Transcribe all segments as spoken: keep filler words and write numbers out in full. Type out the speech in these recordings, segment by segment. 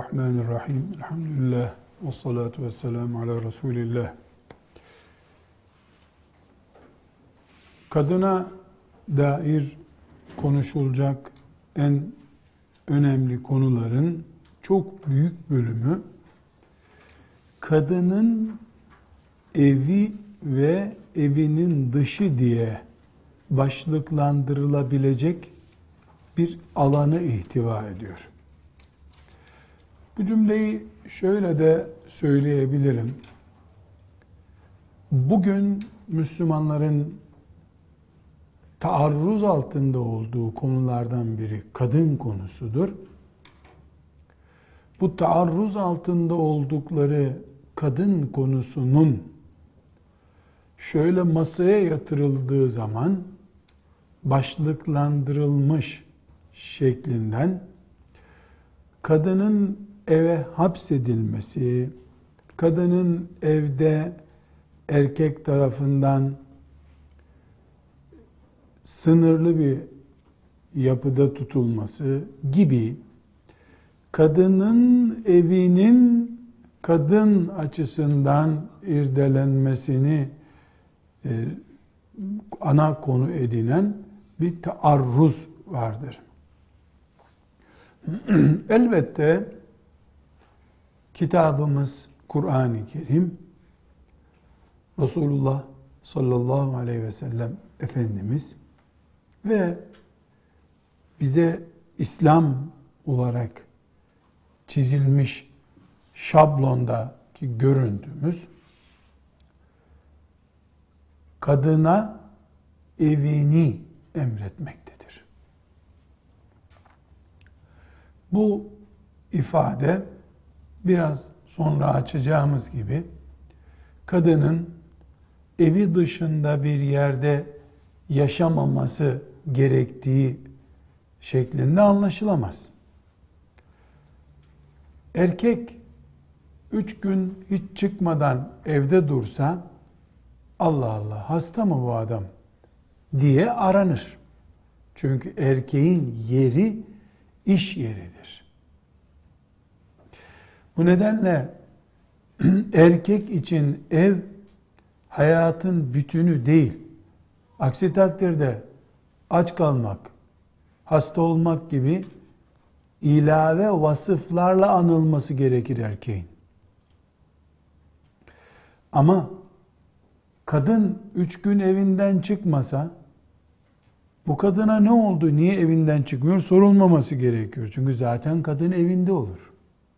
Bismillahirrahmanirrahim. Elhamdülillah. Ve salatu ve selamu ala Resulillah. Kadına dair konuşulacak en önemli konuların çok büyük bölümü kadının evi ve evinin dışı diye başlıklandırılabilecek bir alanı ihtiva ediyor. Bu cümleyi şöyle de söyleyebilirim. Bugün Müslümanların taarruz altında olduğu konulardan biri kadın konusudur. Bu taarruz altında oldukları kadın konusunun şöyle masaya yatırıldığı zaman başlıklandırılmış şeklinden kadının eve hapsedilmesi, kadının evde erkek tarafından sınırlı bir yapıda tutulması gibi kadının evinin kadın açısından irdelenmesini e, ana konu edinen bir taarruz vardır. Elbette kitabımız Kur'an-ı Kerim, Resulullah sallallahu aleyhi ve sellem Efendimiz ve bize İslam olarak çizilmiş şablondaki görüntümüz kadına evini emretmektedir. Bu ifade biraz sonra açacağımız gibi kadının evi dışında bir yerde yaşamaması gerektiği şeklinde anlaşılamaz. Erkek üç gün hiç çıkmadan evde dursa, Allah Allah hasta mı bu adam diye aranır. Çünkü erkeğin yeri iş yeridir. Bu nedenle erkek için ev hayatın bütünü değil. Aksi takdirde aç kalmak, hasta olmak gibi ilave vasıflarla anılması gerekir erkeğin. Ama kadın üç gün evinden çıkmasa, bu kadına ne oldu, niye evinden çıkmıyor sorulmaması gerekiyor. Çünkü zaten kadın evinde olur.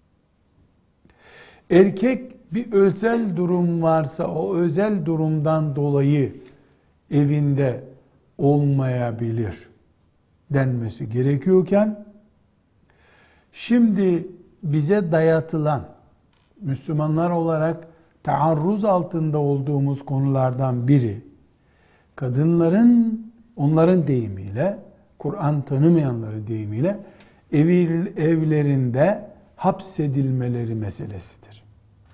Erkek bir özel durum varsa o özel durumdan dolayı evinde olmayabilir denmesi gerekiyorken, şimdi bize dayatılan, Müslümanlar olarak taarruz altında olduğumuz konulardan biri, kadınların, onların deyimiyle, Kur'an tanımayanların deyimiyle, ev, evlerinde hapsedilmeleri meselesidir.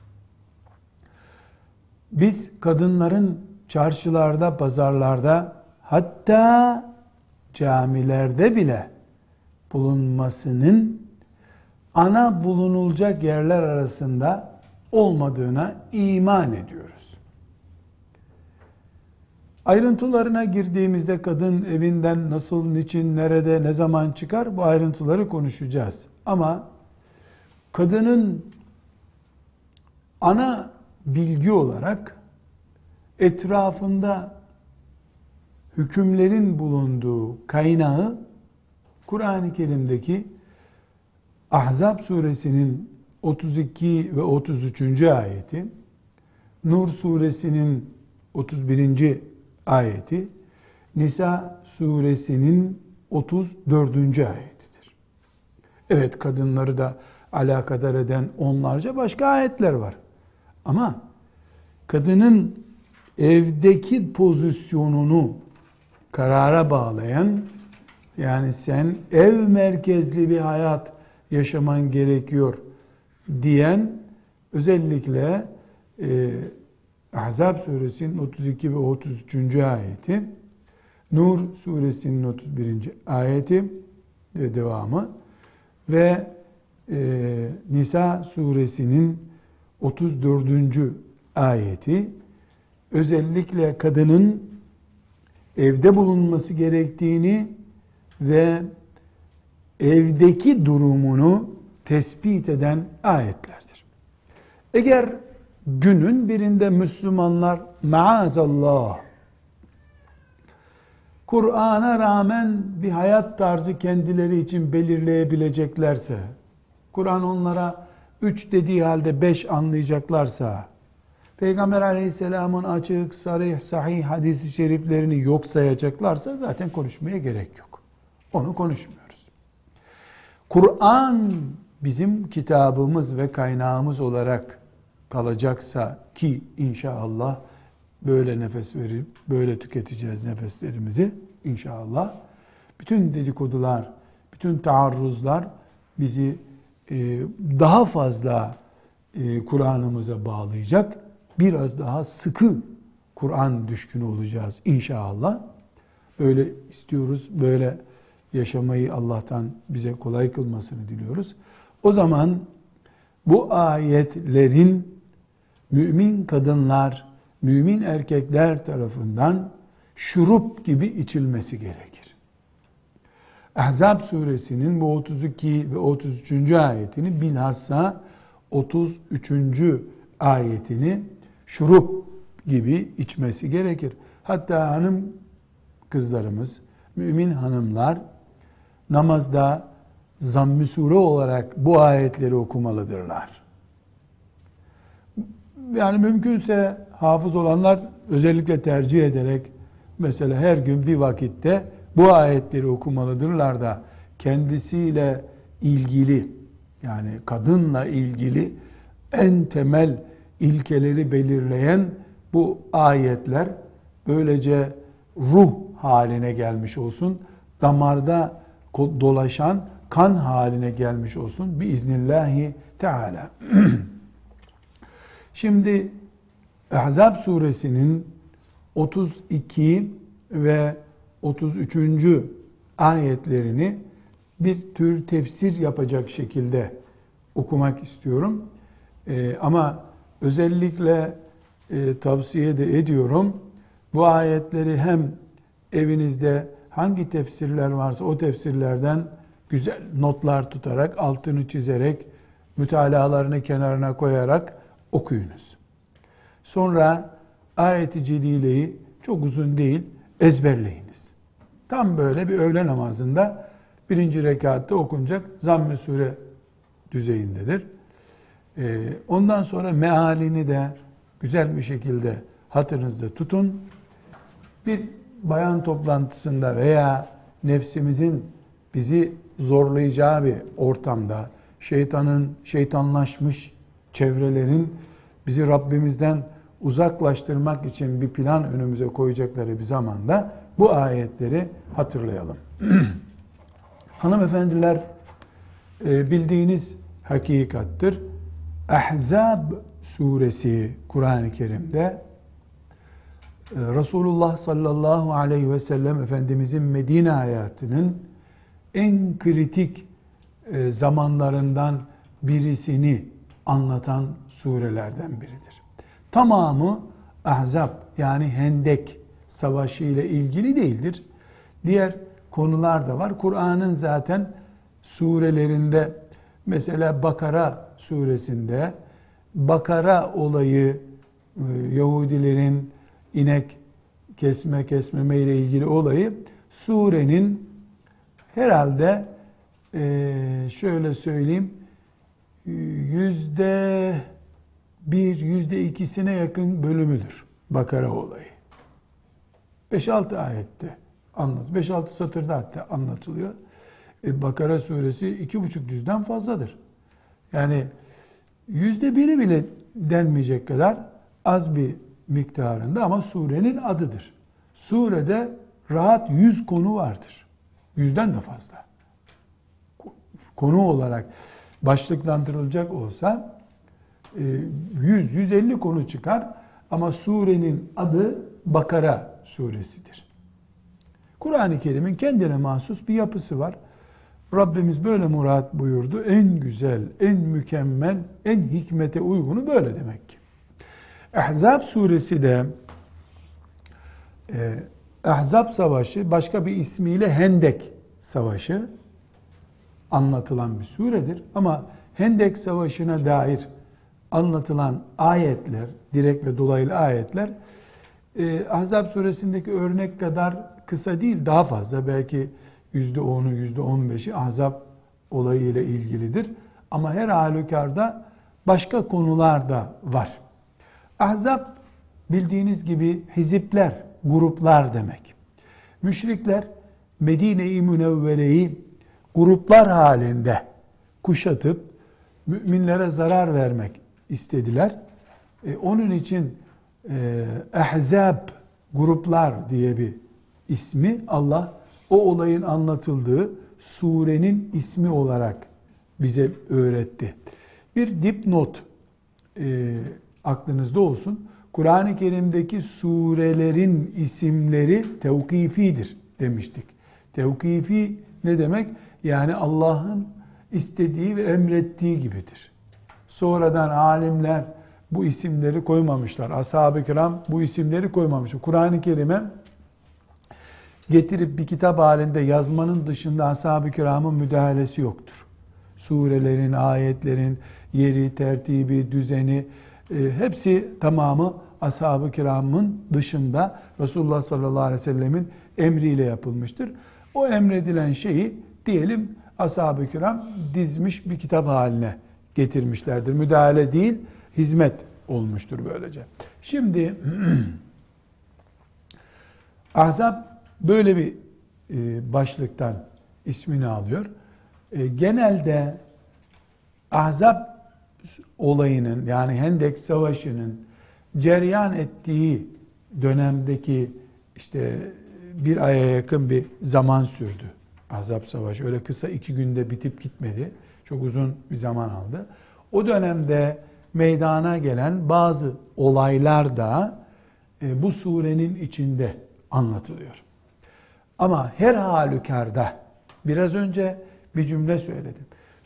Biz kadınların çarşılarda, pazarlarda, hatta camilerde bile bulunmasının ana bulunulacak yerler arasında olmadığına iman ediyoruz. Ayrıntılarına girdiğimizde kadın evinden nasıl, niçin, nerede, ne zaman çıkar bu ayrıntıları konuşacağız. Ama kadının ana bilgi olarak etrafında hükümlerin bulunduğu kaynağı Kur'an-ı Kerim'deki Ahzab suresinin otuz iki ve otuz üçüncü ayeti, Nur suresinin otuz birinci ayeti, Nisa suresinin otuz dördüncü ayetidir. Evet, kadınları da alakadar eden onlarca başka ayetler var. Ama kadının evdeki pozisyonunu karara bağlayan, yani sen ev merkezli bir hayat yaşaman gerekiyor diyen, özellikle e, Ahzab suresinin otuz iki ve otuz üçüncü ayeti, Nur suresinin otuz birinci ayeti ve devamı ve e, Nisa suresinin otuz dördüncü ayeti özellikle kadının evde bulunması gerektiğini ve evdeki durumunu tespit eden ayetlerdir. Eğer günün birinde Müslümanlar maazallah Kur'an'a rağmen bir hayat tarzı kendileri için belirleyebileceklerse, Kur'an onlara üç dediği halde beş anlayacaklarsa, Peygamber aleyhisselamın açık, sarih, sahih hadisi şeriflerini yok sayacaklarsa zaten konuşmaya gerek yok. Onu konuşmuyoruz. Kur'an bizim kitabımız ve kaynağımız olarak kalacaksa ki inşallah böyle nefes verip böyle tüketeceğiz nefeslerimizi inşallah. Bütün dedikodular, bütün taarruzlar bizi e, daha fazla e, Kur'an'ımıza bağlayacak. Biraz daha sıkı Kur'an düşkünü olacağız inşallah. Böyle istiyoruz, böyle yaşamayı Allah'tan bize kolay kılmasını diliyoruz. O zaman bu ayetlerin mümin kadınlar, mümin erkekler tarafından şurup gibi içilmesi gerekir. Ahzab suresinin bu otuz iki ve otuz üçüncü ayetini bilhassa otuz üçüncü ayetini şurup gibi içmesi gerekir. Hatta hanım kızlarımız, mümin hanımlar namazda zamm-ı sure olarak bu ayetleri okumalıdırlar. Yani mümkünse hafız olanlar özellikle tercih ederek mesela her gün bir vakitte bu ayetleri okumalıdırlar da kendisiyle ilgili yani kadınla ilgili en temel ilkeleri belirleyen bu ayetler böylece ruh haline gelmiş olsun, damarda dolaşan kan haline gelmiş olsun biiznillahü teala. Şimdi Ahzab suresinin otuz iki ve otuz üçüncü ayetlerini bir tür tefsir yapacak şekilde okumak istiyorum. Ee, ama özellikle e, tavsiye de ediyorum. Bu ayetleri hem evinizde hangi tefsirler varsa o tefsirlerden güzel notlar tutarak, altını çizerek, mütalalarını kenarına koyarak okuyunuz. Sonra ayet-i celileyi çok uzun değil ezberleyiniz. Tam böyle bir öğle namazında birinci rekatta okunacak zamm-ı sure düzeyindedir. Ee, ondan sonra mealini de güzel bir şekilde hatırınızda tutun. Bir bayan toplantısında veya nefsimizin bizi zorlayacağı bir ortamda, şeytanın, şeytanlaşmış çevrelerin bizi Rabbimizden uzaklaştırmak için bir plan önümüze koyacakları bir zamanda bu ayetleri hatırlayalım. Hanımefendiler, bildiğiniz hakikattir. Ahzab suresi Kur'an-ı Kerim'de Resulullah sallallahu aleyhi ve sellem Efendimizin Medine hayatının en kritik zamanlarından birisini anlatan surelerden biridir. Tamamı Ahzab yani Hendek Savaşı ile ilgili değildir. Diğer konular da var. Kur'an'ın zaten surelerinde mesela Bakara suresinde Bakara olayı Yahudilerin inek kesme kesmeme ile ilgili olayı surenin herhalde şöyle söyleyeyim yüzde bir, yüzde ikisine yakın bölümüdür Bakara olayı. Beş altı ayette anlatılıyor. Beş altı satırda hatta anlatılıyor. E, Bakara suresi iki buçuk yüzden fazladır. Yani yüzde biri bile denmeyecek kadar az bir miktarında ama surenin adıdır. Surede rahat yüz konu vardır. Yüzden de fazla. Konu olarak başlıklandırılacak olsa yüz yüz elli konu çıkar ama surenin adı Bakara suresidir. Kur'an-ı Kerim'in kendine mahsus bir yapısı var. Rabbimiz böyle murat buyurdu. En güzel, en mükemmel, en hikmete uygunu böyle demek ki. Ahzab suresi de e, Ahzab savaşı başka bir ismiyle Hendek savaşı anlatılan bir suredir. Ama Hendek savaşına dair anlatılan ayetler, direkt ve dolaylı ayetler e, Ahzab suresindeki örnek kadar kısa değil, daha fazla. Belki yüzde onu, yüzde on beşi Ahzab olayı ile ilgilidir. Ama her halükarda başka konular da var. Ahzab bildiğiniz gibi hizipler, gruplar demek. Müşrikler Medine-i Münevvere'yi gruplar halinde kuşatıp müminlere zarar vermek istediler. E, onun için e, Ahzab gruplar diye bir ismi Allah o olayın anlatıldığı surenin ismi olarak bize öğretti. Bir dipnot e, aklınızda olsun. Kur'an-ı Kerim'deki surelerin isimleri tevkifidir demiştik. Tevkifi ne demek? Yani Allah'ın istediği ve emrettiği gibidir. Sonradan alimler bu isimleri koymamışlar. Ashab-ı kiram bu isimleri koymamışlar. Kur'an-ı Kerim'e getirip bir kitap halinde yazmanın dışında ashab-ı kiramın müdahalesi yoktur. Surelerin, ayetlerin yeri, tertibi, düzeni e, hepsi tamamı ashab-ı kiramın dışında Resulullah sallallahu aleyhi ve sellemin emriyle yapılmıştır. O emredilen şeyi diyelim ashab-ı kiram dizmiş bir kitap haline getirmişlerdir. Müdahale değil, hizmet olmuştur böylece. Şimdi Ahzab böyle bir e, başlıktan ismini alıyor. E, genelde Ahzab olayının yani Hendek Savaşı'nın cereyan ettiği dönemdeki işte bir aya yakın bir zaman sürdü. Ahzab Savaşı öyle kısa iki günde bitip gitmedi. Çok uzun bir zaman aldı. O dönemde meydana gelen bazı olaylar da e, bu surenin içinde anlatılıyor. Ama her halükarda biraz önce bir cümle söyledim.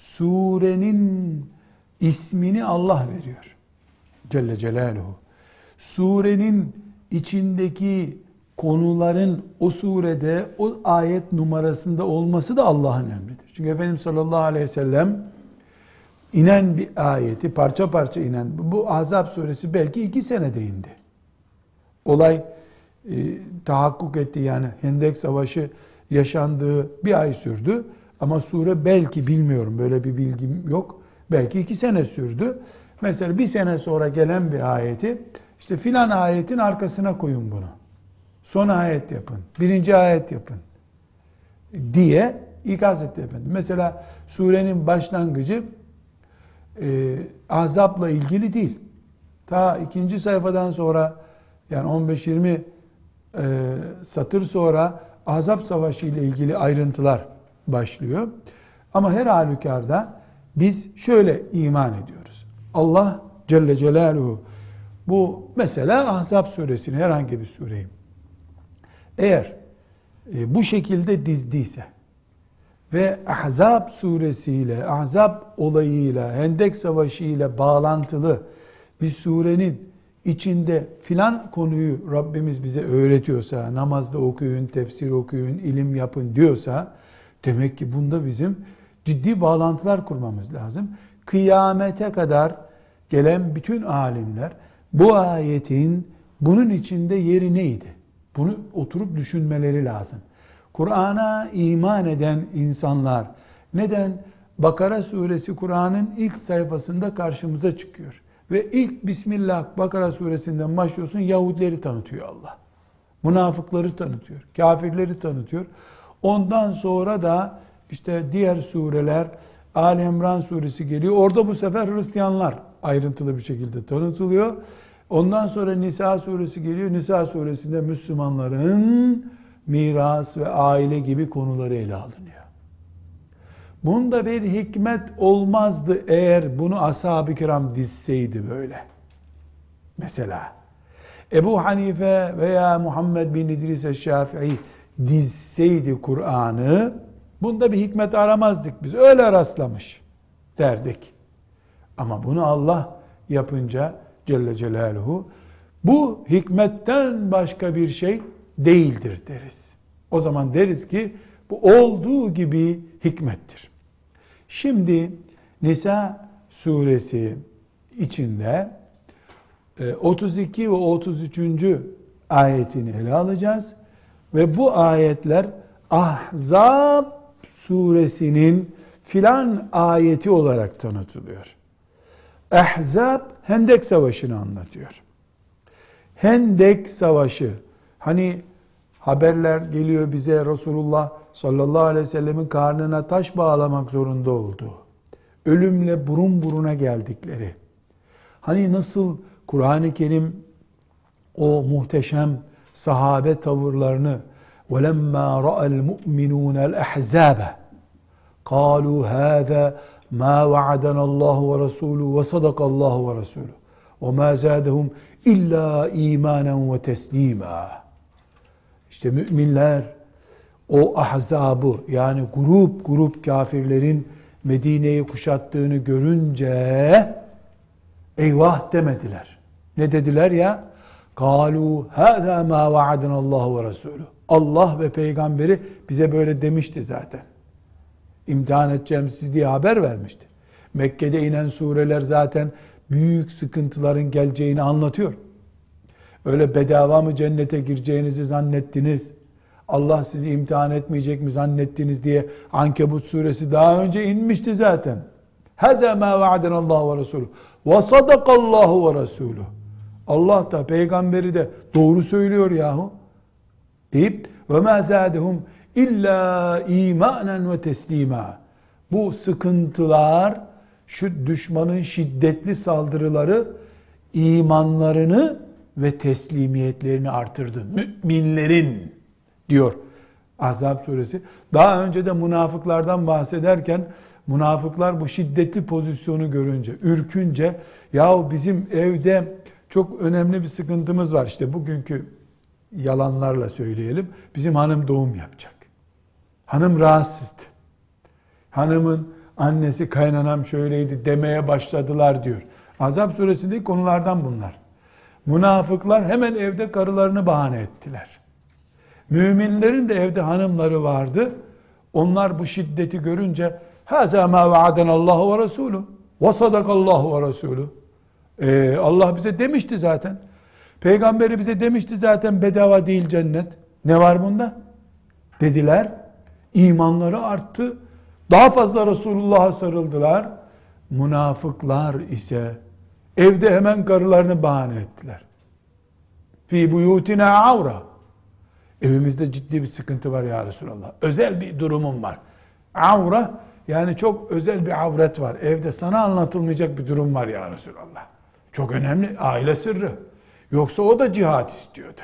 Surenin ismini Allah veriyor. Celle Celaluhu. Surenin içindeki konuların o surede, o ayet numarasında olması da Allah'ın emridir. Çünkü Efendimiz sallallahu aleyhi ve sellem inen bir ayeti, parça parça inen, bu Ahzab suresi belki iki senede indi. Olay e, tahakkuk etti yani Hendek Savaşı yaşandığı bir ay sürdü. Ama sure belki bilmiyorum, böyle bir bilgim yok. Belki iki sene sürdü. Mesela bir sene sonra gelen bir ayeti, işte filan ayetin arkasına koyun bunu. Son ayet yapın, birinci ayet yapın diye ikaz etti efendim. Mesela surenin başlangıcı e, Ahzab'la ilgili değil. Ta ikinci sayfadan sonra yani on beş yirmi e, satır sonra Ahzab Savaşı ile ilgili ayrıntılar başlıyor. Ama her halükarda biz şöyle iman ediyoruz. Allah Celle Celaluhu bu mesela Ahzab suresini, herhangi bir sureyi eğer e, bu şekilde dizdiyse ve Ahzab suresiyle, Ahzab olayıyla, Hendek Savaşı ile bağlantılı bir surenin içinde filan konuyu Rabbimiz bize öğretiyorsa, namazda okuyun, tefsir okuyun, ilim yapın diyorsa, demek ki bunda bizim ciddi bağlantılar kurmamız lazım. Kıyamete kadar gelen bütün alimler bu ayetin bunun içinde yeri neydi? Bunu oturup düşünmeleri lazım. Kur'an'a iman eden insanlar neden Bakara suresi Kur'an'ın ilk sayfasında karşımıza çıkıyor? Ve ilk Bismillah Bakara suresinden başlıyorsun, Yahudileri tanıtıyor Allah. Münafıkları tanıtıyor, kafirleri tanıtıyor. Ondan sonra da işte diğer sureler, Ali İmran suresi geliyor. Orada bu sefer Hristiyanlar ayrıntılı bir şekilde tanıtılıyor. Ondan sonra Nisa suresi geliyor. Nisa suresinde Müslümanların miras ve aile gibi konuları ele alınıyor. Bunda bir hikmet olmazdı eğer bunu ashab-ı kiram dizseydi böyle. Mesela Ebu Hanife veya Muhammed bin İdris el-Şafii dizseydi Kur'an'ı, Bunda bir hikmet aramazdık biz. Öyle rastlamış derdik. Ama bunu Allah yapınca Celle Celaluhu bu hikmetten başka bir şey değildir deriz. O zaman deriz ki bu olduğu gibi hikmettir. Şimdi Nisa suresi içinde otuz iki ve otuz üçüncü ayetini ele alacağız. Ve bu ayetler Ahzab suresinin filan ayeti olarak tanıtılıyor. Ahzab Hendek Savaşı'nı anlatıyor. Hendek Savaşı, hani haberler geliyor bize, Resulullah sallallahu aleyhi ve sellemin karnına taş bağlamak zorunda olduğu, ölümle burun buruna geldikleri, hani nasıl Kur'an-ı Kerim o muhteşem sahabe tavırlarını وَلَمَّا رَأَى الْمُؤْمِنُونَ الْأَحْزَابَ قَالُوا هَذَا مَا وَعَدَنَا اللّٰهُ وَرَسُولُهُ وَصَدَقَ اللّٰهُ وَرَسُولُهُ وَمَا زَادَهُمْ اِلَّا اِيمَانًا وَتَسْلِيمًا. İşte müminler o ahzabı, yani grup grup kafirlerin Medine'yi kuşattığını görünce eyvah demediler. Ne dediler ya? قَالُوا هَذَا مَا وَعَدَنَا اللّٰهُ وَرَسُولُهُ. Allah ve peygamberi bize böyle demişti zaten. İmtihan edeceğim sizi diye haber vermişti. Mekke'de inen sureler zaten büyük sıkıntıların geleceğini anlatıyor. Öyle bedava mı cennete gireceğinizi zannettiniz, Allah sizi imtihan etmeyecek mi zannettiniz diye Ankebut suresi daha önce inmişti zaten. هَذَا مَا وَعَدَنَا اللّٰهُ وَرَسُولُهُ وَصَدَقَ اللّٰهُ وَرَسُولُهُ. Allah da peygamberi de doğru söylüyor yahu deyip وَمَا زَادَهُمْ اِلَّا اِيمَانًا وَتَسْلِيمًا. Bu sıkıntılar, şu düşmanın şiddetli saldırıları imanlarını ve teslimiyetlerini artırdı. Müminlerin diyor Ahzab suresi. Daha önce de münafıklardan bahsederken münafıklar bu şiddetli pozisyonu görünce, ürkünce, yahu bizim evde çok önemli bir sıkıntımız var. İşte bugünkü yalanlarla söyleyelim. Bizim hanım doğum yapacak. Hanım rahatsızdı. Hanımın annesi, kaynanam şöyleydi demeye başladılar diyor. Ahzab suresindeki konulardan bunlar. Münafıklar hemen evde karılarını bahane ettiler. Müminlerin de evde hanımları vardı. Onlar bu şiddeti görünce هَذَا مَا وَعَدَنَا اللّٰهُ وَرَسُولُهُ وَصَدَقَ اللّٰهُ وَرَسُولُهُ. Ee, Allah bize demişti zaten. Peygamberi bize demişti zaten, bedava değil cennet. Ne var bunda? Dediler. İmanları arttı. Daha fazla Resulullah'a sarıldılar. Münafıklar ise evde hemen karılarını bahane ettiler. Fi buyutina avra. Evimizde ciddi bir sıkıntı var ya Resulallah. Özel bir durumum var. Avra, yani çok özel bir avret var. Evde sana anlatılmayacak bir durum var ya Resulallah. Çok önemli, aile sırrı. Yoksa o da cihat istiyordu.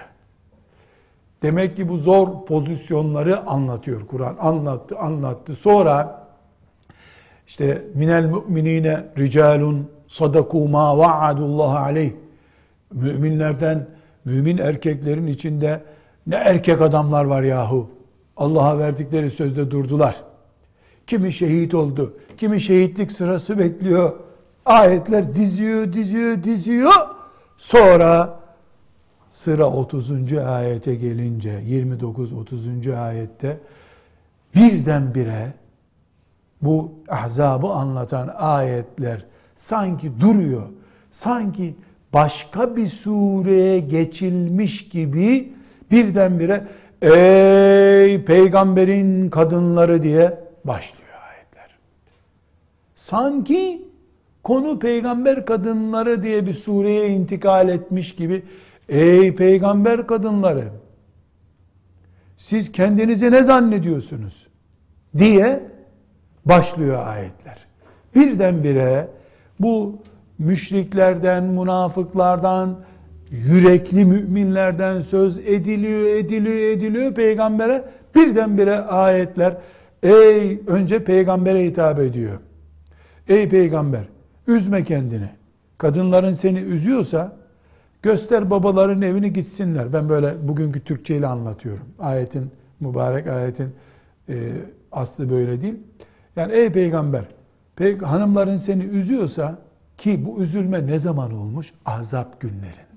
Demek ki bu zor pozisyonları anlatıyor Kur'an. Anlattı, anlattı. Sonra işte minel mu'minine ricalun sadaku ma vaadullah aleyh. Müminlerden, mümin erkeklerin içinde ne erkek adamlar var yahu. Allah'a verdikleri sözde durdular. Kimi şehit oldu, kimi şehitlik sırası bekliyor. Ayetler diziyor, diziyor, diziyor. Sonra sıra otuzuncu ayete gelince, yirmi dokuz otuzuncu ayette birdenbire bu ahzabı anlatan ayetler sanki duruyor. Sanki başka bir sureye geçilmiş gibi birdenbire ey peygamberin kadınları diye başlıyor ayetler. Sanki konu peygamber kadınları diye bir sureye intikal etmiş gibi, ey peygamber kadınları, siz kendinizi ne zannediyorsunuz diye başlıyor ayetler. Birdenbire bu müşriklerden, münafıklardan, yürekli müminlerden söz ediliyor, ediliyor, ediliyor peygambere. Birdenbire ayetler, ey, önce peygambere hitap ediyor. Ey peygamber, üzme kendini. Kadınların seni üzüyorsa göster babaların evini gitsinler. Ben böyle bugünkü Türkçeyle anlatıyorum. Ayetin, mübarek ayetin e, aslı böyle değil. Yani ey peygamber, pey hanımların seni üzüyorsa, ki bu üzülme ne zaman olmuş? Ahzab günlerinde.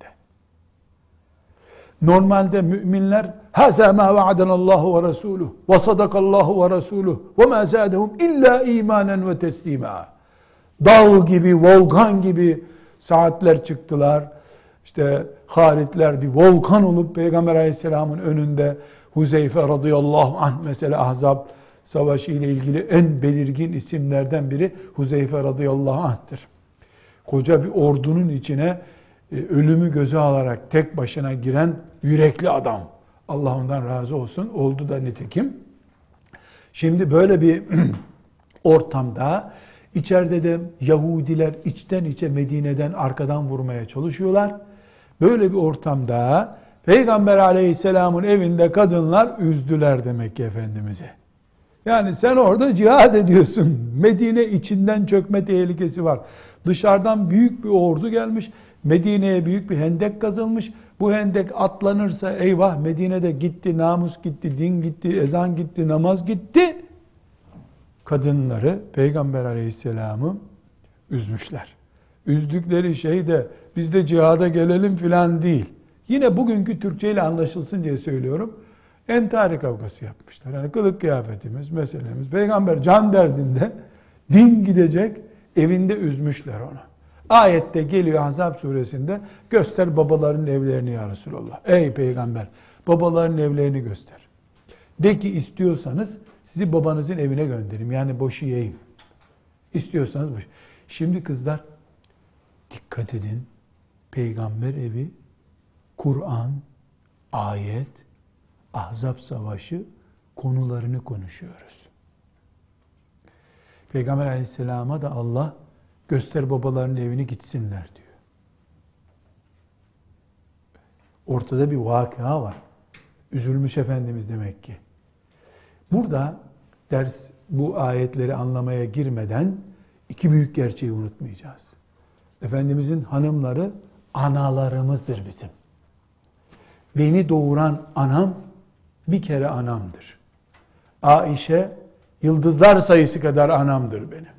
Normalde müminler haza ma va'adanallahu ve resuluhu ve sadakallahu ve resuluhu ve ma zadahum illa imanen ve teslima. Dağ gibi, volkan gibi saatler çıktılar. İşte Halitler bir volkan olup Peygamber Aleyhisselam'ın önünde, Huzeyfe radıyallahu anh mesela Ahzab savaşı ile ilgili en belirgin isimlerden biri Huzeyfe radıyallahu anh'tır. Koca bir ordunun içine ölümü göze alarak tek başına giren yürekli adam. Allah ondan razı olsun. Oldu da nitekim. Şimdi böyle bir ortamda içeride de Yahudiler içten içe Medine'den arkadan vurmaya çalışıyorlar. Böyle bir ortamda Peygamber Aleyhisselam'ın evinde kadınlar üzdüler demek ki Efendimiz'i. Yani sen orada cihad ediyorsun. Medine içinden çökme tehlikesi var. Dışarıdan büyük bir ordu gelmiş. Medine'ye büyük bir hendek kazılmış. Bu hendek atlanırsa eyvah Medine'de gitti, namus gitti, din gitti, ezan gitti, namaz gitti. Kadınları Peygamber Aleyhisselam'ı üzmüşler. Üzdükleri şey de biz de cihada gelelim filan değil. Yine bugünkü Türkçe ile anlaşılsın diye söylüyorum. Entari kavgası yapmışlar. Yani kılık kıyafetimiz, meselemiz. Peygamber can derdinde, din gidecek, evinde üzmüşler onu. Ayette geliyor Ahzab suresinde, göster babaların evlerini ya Resulallah. Ey peygamber, babaların evlerini göster. De ki istiyorsanız sizi babanızın evine göndereyim. Yani boşayayım. İstiyorsanız boş. Şimdi kızlar dikkat edin. Peygamber evi, Kur'an, ayet, Ahzab savaşı konularını konuşuyoruz. Peygamber Aleyhisselam'a da Allah göster babaların evini gitsinler diyor. Ortada bir vakıa var. Üzülmüş Efendimiz demek ki. Burada ders bu ayetleri anlamaya girmeden iki büyük gerçeği unutmayacağız. Efendimizin hanımları analarımızdır bizim. Beni doğuran anam bir kere anamdır. Aişe yıldızlar sayısı kadar anamdır benim.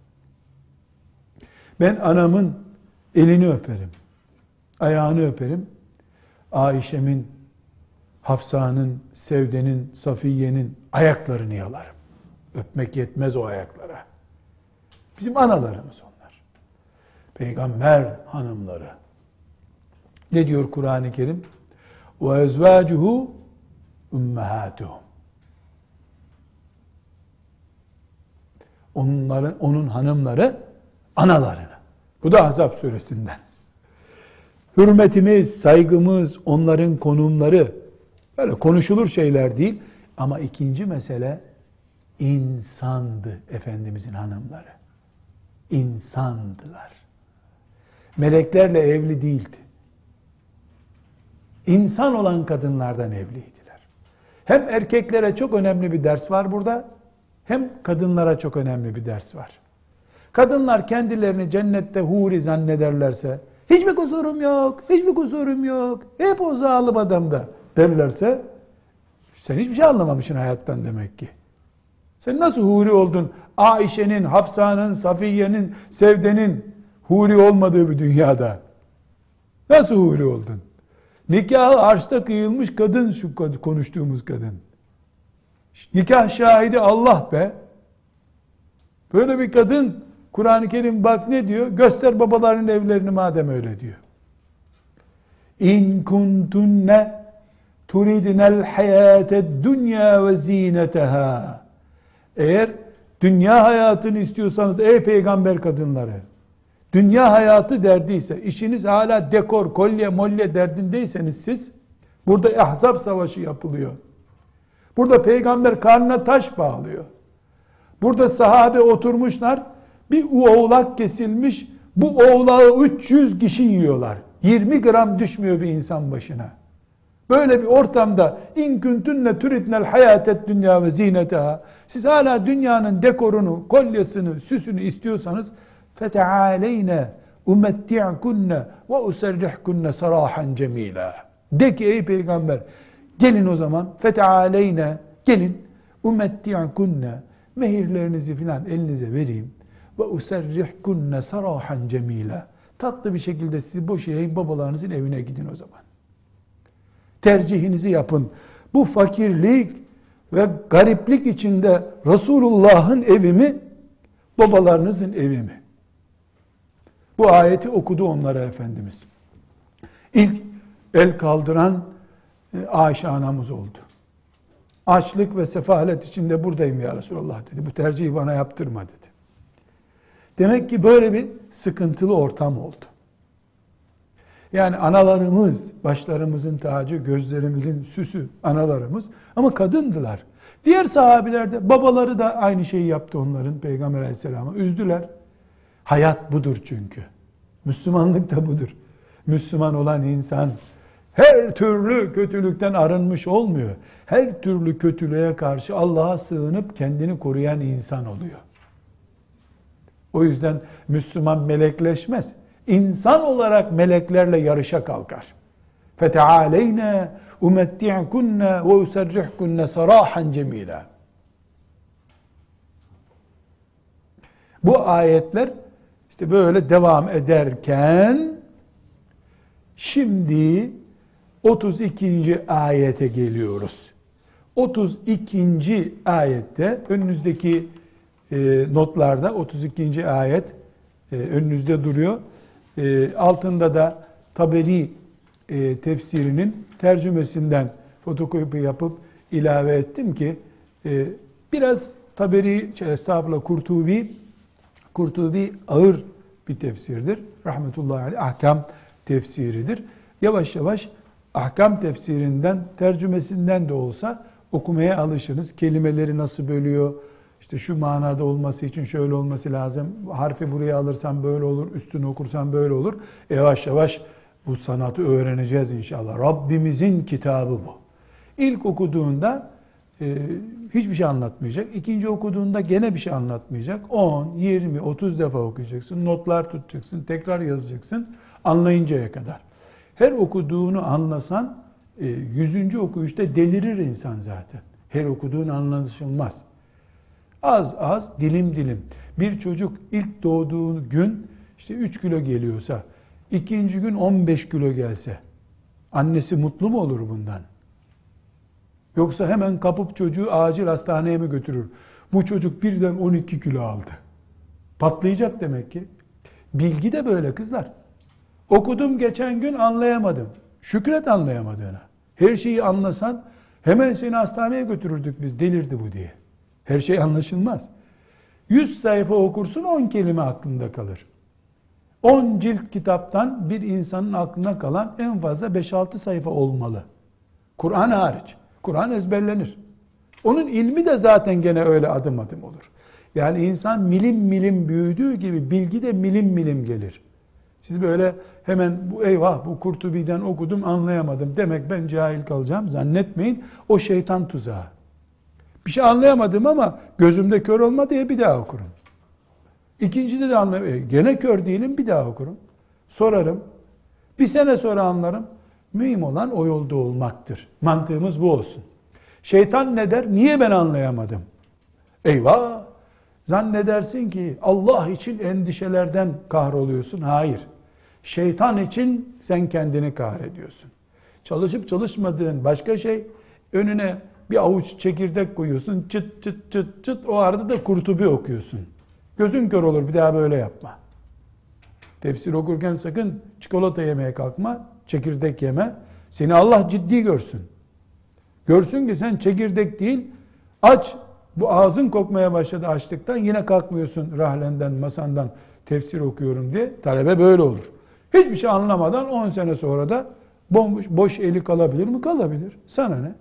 Ben anamın elini öperim, ayağını öperim. Aişe'min, Hafsa'nın, Sevde'nin, Safiye'nin ayaklarını yalarım. Öpmek yetmez o ayaklara. Bizim analarımız onlar. Peygamber hanımları. Ne diyor Kur'an-ı Kerim? وَاَزْوَاجُهُ اُمَّهَاتُهُمْ Onların, onun hanımları analarına. Bu da Ahzab suresinden. Hürmetimiz, saygımız, onların konumları böyle konuşulur şeyler değil. Ama ikinci mesele insandı Efendimizin hanımları. İnsandılar. Meleklerle evli değildi. İnsan olan kadınlardan evliydiler. Hem erkeklere çok önemli bir ders var burada, hem kadınlara çok önemli bir ders var. Kadınlar kendilerini cennette huri zannederlerse, hiçbir kusurum yok, hiçbir kusurum yok, hep o zalim adamda derlerse, sen hiçbir şey anlamamışsın hayattan demek ki. Sen nasıl huri oldun? Aişe'nin, Hafsa'nın, Safiye'nin, Sevde'nin huri olmadığı bir dünyada. Nasıl huri oldun? Nikahı arşta kıyılmış kadın, şu konuştuğumuz kadın. Nikah şahidi Allah be. Böyle bir kadın, Kur'an-ı Kerim bak ne diyor? Göster babaların evlerini madem öyle diyor. İn kuntunne turidnel hayated dunya ve zineteha. Eğer dünya hayatını istiyorsanız ey peygamber kadınları, dünya hayatı derdiyse, işiniz hala dekor, kolye, molye derdindeyseniz siz, burada Ahzab savaşı yapılıyor. Burada peygamber karnına taş bağlıyor. Burada sahabe oturmuşlar, bir oğlak kesilmiş, bu oğlağı üç yüz kişi yiyorlar. yirmi gram düşmüyor bir insan başına. Böyle bir ortamda in kuntunne turidnel hayatet dünya ve zineteha, siz hala dünyanın dekorunu, kolyesini, süsünü istiyorsanız fetealeyne umetti'kunne ve userrihkunne sarahan cemila. De ki ey peygamber, gelin o zaman fetealeyne, gelin umetti'kunne, mehirlerinizi filan elinize vereyim. Ve userrihkunne sarahan cemila. Tatlı bir şekilde sizi boşayayım, babalarınızın evine gidin o zaman. Tercihinizi yapın. Bu fakirlik ve gariplik içinde Resulullah'ın evi mi, babalarınızın evi mi? Bu ayeti okudu onlara Efendimiz. İlk el kaldıran Ayşe anamız oldu. Açlık ve sefalet içinde buradayım ya Resulallah dedi. Bu tercihi bana yaptırma dedi. Demek ki böyle bir sıkıntılı ortam oldu. Yani analarımız, başlarımızın tacı, gözlerimizin süsü analarımız ama kadındılar. Diğer sahabiler de, babaları da aynı şeyi yaptı onların, Peygamber Aleyhisselam'a üzdüler. Hayat budur çünkü. Müslümanlık da budur. Müslüman olan insan her türlü kötülükten arınmış olmuyor. Her türlü kötülüğe karşı Allah'a sığınıp kendini koruyan insan oluyor. O yüzden Müslüman melekleşmez. İnsan olarak meleklerle yarışa kalkar. فَتَعَالَيْنَا اُمَتِّعْكُنَّ وَاُسَرِّحْكُنَّ سَرَاحًا جَمِيلًا. Bu ayetler işte böyle devam ederken şimdi otuz ikinci ayete geliyoruz. otuz ikinci ayette önünüzdeki e, notlarda otuz ikinci ayet e, önünüzde duruyor. E, altında da Taberi e, tefsirinin tercümesinden fotokopi yapıp ilave ettim ki e, biraz Taberi, estağfurullah Kurtubi, Kurtubi ağır bir tefsirdir. Rahmetullahi aleyh, ahkam tefsiridir. Yavaş yavaş ahkam tefsirinden, tercümesinden de olsa okumaya alışınız. Kelimeleri nasıl bölüyor? İşte şu manada olması için şöyle olması lazım. Harfi buraya alırsan böyle olur, üstünü okursan böyle olur. Yavaş yavaş bu sanatı öğreneceğiz inşallah. Rabbimizin kitabı bu. İlk okuduğunda e, hiçbir şey anlatmayacak. İkinci okuduğunda gene bir şey anlatmayacak. on, yirmi, otuz defa okuyacaksın. Notlar tutacaksın, tekrar yazacaksın. Anlayıncaya kadar. Her okuduğunu anlasan e, yüzüncü okuyuşta delirir insan zaten. Her okuduğun anlaşılmaz. Az az, dilim dilim. Bir çocuk ilk doğduğu gün işte üç kilo geliyorsa, ikinci gün on beş kilo gelse, annesi mutlu mu olur bundan? Yoksa hemen kapıp çocuğu acil hastaneye mi götürür? Bu çocuk birden on iki kilo aldı. Patlayacak demek ki. Bilgi de böyle kızlar. Okudum geçen gün anlayamadım. Şükret anlayamadığına. Her şeyi anlasan hemen seni hastaneye götürürdük biz, delirdi bu diye. Her şey anlaşılmaz. yüz sayfa okursun, on kelime aklında kalır. on cilt kitaptan bir insanın aklına kalan en fazla beş altı sayfa olmalı. Kur'an hariç. Kur'an ezberlenir. Onun ilmi de zaten gene öyle adım adım olur. Yani insan milim milim büyüdüğü gibi bilgi de milim milim gelir. Siz böyle hemen bu eyvah bu Kurtubi'den okudum anlayamadım demek ben cahil kalacağım zannetmeyin. O şeytan tuzağı. Bir şey anlayamadım ama gözümde kör olma diye bir daha okurum. İkincide de anlayamadım. Gene kör değilim, bir daha okurum. Sorarım. Bir sene sonra anlarım. Mühim olan o yolda olmaktır. Mantığımız bu olsun. Şeytan ne der? Niye ben anlayamadım? Eyvah! Zannedersin ki Allah için endişelerden kahroluyorsun. Hayır. Şeytan için sen kendini kahrediyorsun. Çalışıp çalışmadığın başka şey, önüne bir avuç çekirdek koyuyorsun, çıt çıt çıt çıt, o arada da Kurtubi okuyorsun. Gözün kör olur, bir daha böyle yapma. Tefsir okurken sakın çikolata yemeye kalkma, çekirdek yeme. Seni Allah ciddi görsün. Görsün ki sen çekirdek değil, aç, bu ağzın kokmaya başladı açlıktan, yine kalkmıyorsun rahlenden, masandan tefsir okuyorum diye. Talebe böyle olur. Hiçbir şey anlamadan on sene sonra da bomboş, boş eli kalabilir mi? Kalabilir. Sana ne?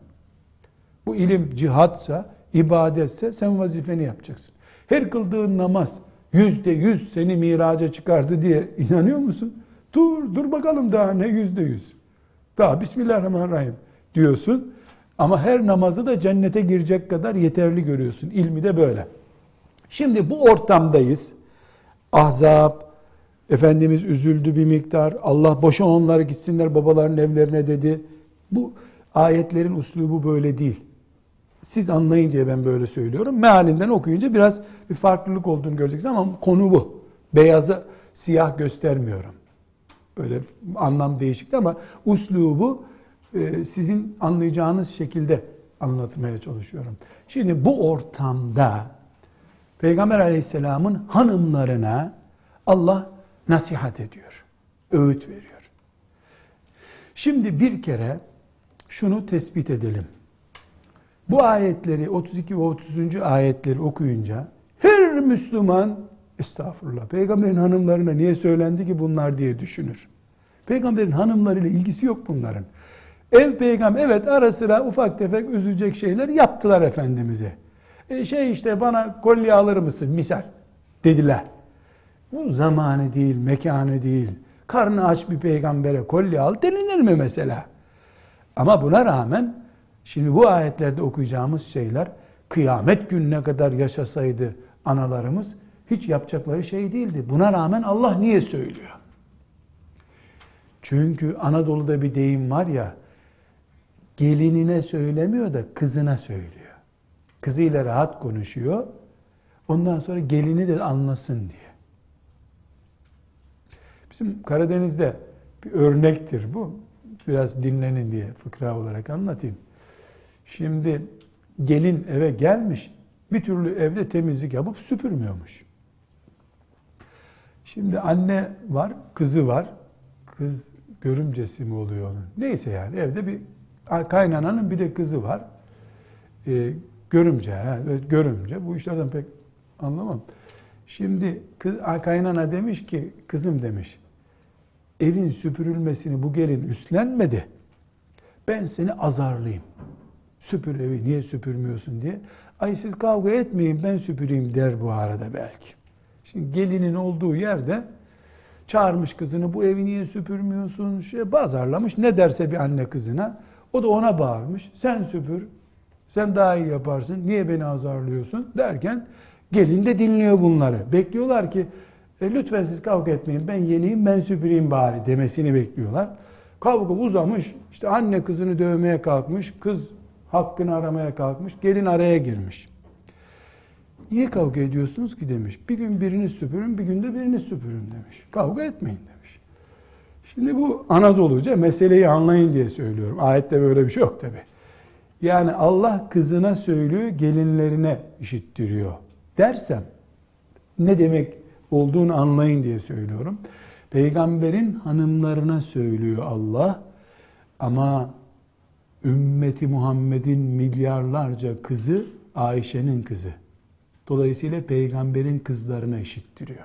Bu ilim cihatsa, ibadetse sen vazifeni yapacaksın. Her kıldığın namaz yüzde yüz seni miraca çıkardı diye inanıyor musun? Dur, dur bakalım daha ne yüzde yüz. Daha Bismillahirrahmanirrahim diyorsun. Ama her namazı da cennete girecek kadar yeterli görüyorsun. İlmi de böyle. Şimdi bu ortamdayız. Ahzab, Efendimiz üzüldü bir miktar. Allah boşa onları gitsinler babaların evlerine dedi. Bu ayetlerin uslubu böyle değil. Siz anlayın diye ben böyle söylüyorum. Mealinden okuyunca biraz bir farklılık olduğunu göreceksiniz ama konu bu. Beyazı siyah göstermiyorum. Öyle anlam değişikti ama uslubu e, sizin anlayacağınız şekilde anlatmaya çalışıyorum. Şimdi bu ortamda Peygamber Aleyhisselam'ın hanımlarına Allah nasihat ediyor, öğüt veriyor. Şimdi bir kere şunu tespit edelim. Bu ayetleri, otuz iki ve otuzuncu ayetleri okuyunca her Müslüman, estağfurullah, Peygamberin hanımlarına niye söylendi ki bunlar diye düşünür. Peygamberin hanımlarıyla ilgisi yok bunların. Ev peygamber, evet ara sıra ufak tefek üzülecek şeyler yaptılar Efendimiz'e. E şey işte bana kolye alır mısın misal dediler. Bu zamanı değil, mekanı değil. Karnı aç bir peygambere kolye al denilir mi mesela? Ama buna rağmen şimdi bu ayetlerde okuyacağımız şeyler kıyamet gününe kadar yaşasaydı analarımız hiç yapacakları şey değildi. Buna rağmen Allah niye söylüyor? Çünkü Anadolu'da bir deyim var ya, gelinine söylemiyor da kızına söylüyor. Kızıyla rahat konuşuyor. Ondan sonra gelini de anlasın diye. Bizim Karadeniz'de bir örnektir bu. Biraz dinlenin diye fıkra olarak anlatayım. Şimdi gelin eve gelmiş, bir türlü evde temizlik yapıp süpürmüyormuş. Şimdi anne var, kızı var. Kız görümcesi mi oluyor onun? Neyse yani evde bir kaynananın bir de kızı var. Ee, görümce, ha, görümce. Bu işlerden pek anlamam. Şimdi kız, kaynana demiş ki, kızım demiş, evin süpürülmesini bu gelin üstlenmedi. Ben seni azarlayayım. Süpür evi, niye süpürmüyorsun diye. Ay siz kavga etmeyin, ben süpüreyim der bu arada belki. Şimdi gelinin olduğu yerde çağırmış kızını, bu evi niye süpürmüyorsun? Şey, bazarlamış, ne derse bir anne kızına. O da ona bağırmış. Sen süpür, sen daha iyi yaparsın, niye beni azarlıyorsun derken gelin de dinliyor bunları. Bekliyorlar ki e, lütfen siz kavga etmeyin, ben yeniyim, ben süpüreyim bari demesini bekliyorlar. Kavga uzamış, işte anne kızını dövmeye kalkmış, kız hakkını aramaya kalkmış, gelin araya girmiş. Niye kavga ediyorsunuz ki demiş. Bir gün birini süpürün, bir gün de birini süpürün demiş. Kavga etmeyin demiş. Şimdi bu Anadoluca, meseleyi anlayın diye söylüyorum. Ayette böyle bir şey yok tabi. Yani Allah kızına söylüyor, gelinlerine işittiriyor dersem ne demek olduğunu anlayın diye söylüyorum. Peygamberin hanımlarına söylüyor Allah ama ümmeti Muhammed'in milyarlarca kızı Ayşe'nin kızı. Dolayısıyla peygamberin kızlarına işittiriyor.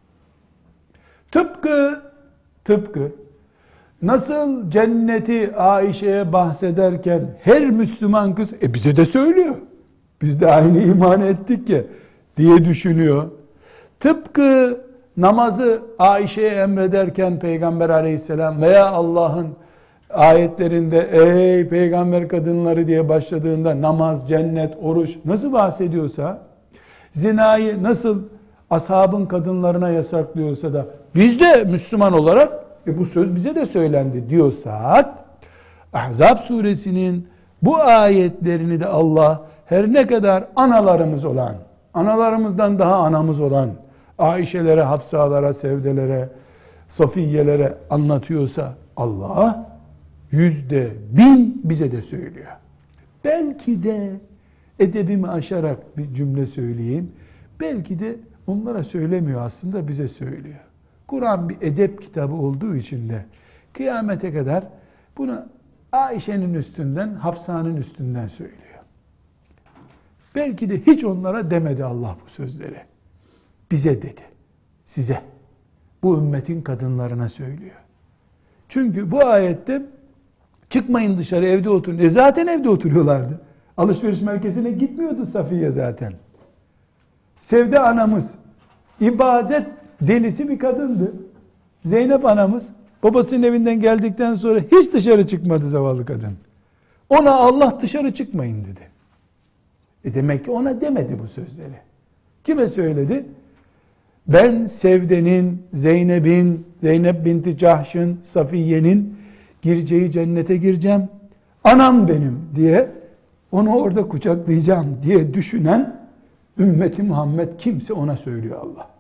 Tıpkı, tıpkı nasıl cenneti Ayşe'ye bahsederken her Müslüman kız, e bize de söylüyor. Biz de aynı iman ettik ya diye düşünüyor. Tıpkı namazı Ayşe'ye emrederken Peygamber aleyhisselam veya Allah'ın ayetlerinde ey peygamber kadınları diye başladığında namaz, cennet, oruç nasıl bahsediyorsa, zinayı nasıl ashabın kadınlarına yasaklıyorsa da biz de Müslüman olarak e bu söz bize de söylendi diyorsak, Ahzab suresinin bu ayetlerini de Allah her ne kadar analarımız olan, analarımızdan daha anamız olan Ayşelere, Hafsalara, Sevdelere, Safiyelere anlatıyorsa Allah yüzde bin bize de söylüyor. Belki de edebimi aşarak bir cümle söyleyeyim. Belki de onlara söylemiyor aslında, bize söylüyor. Kur'an bir edep kitabı olduğu için de kıyamete kadar bunu Ayşe'nin üstünden, Hafsa'nın üstünden söylüyor. Belki de hiç onlara demedi Allah bu sözleri. Bize dedi, size. Bu ümmetin kadınlarına söylüyor. Çünkü bu ayette çıkmayın dışarı, evde oturun. E zaten evde oturuyorlardı. Alışveriş merkezine gitmiyordu Safiye zaten. Sevde anamız ibadet delisi bir kadındı. Zeynep anamız babasının evinden geldikten sonra hiç dışarı çıkmadı zavallı kadın. Ona Allah dışarı çıkmayın dedi. E demek ki ona demedi bu sözleri. Kime söyledi? Ben Sevde'nin, Zeynep'in, Zeynep binti Cahş'ın, Safiye'nin gireceği cennete gireceğim. Anam benim diye onu orada kucaklayacağım diye düşünen ümmeti Muhammed kimse ona söylüyor Allah.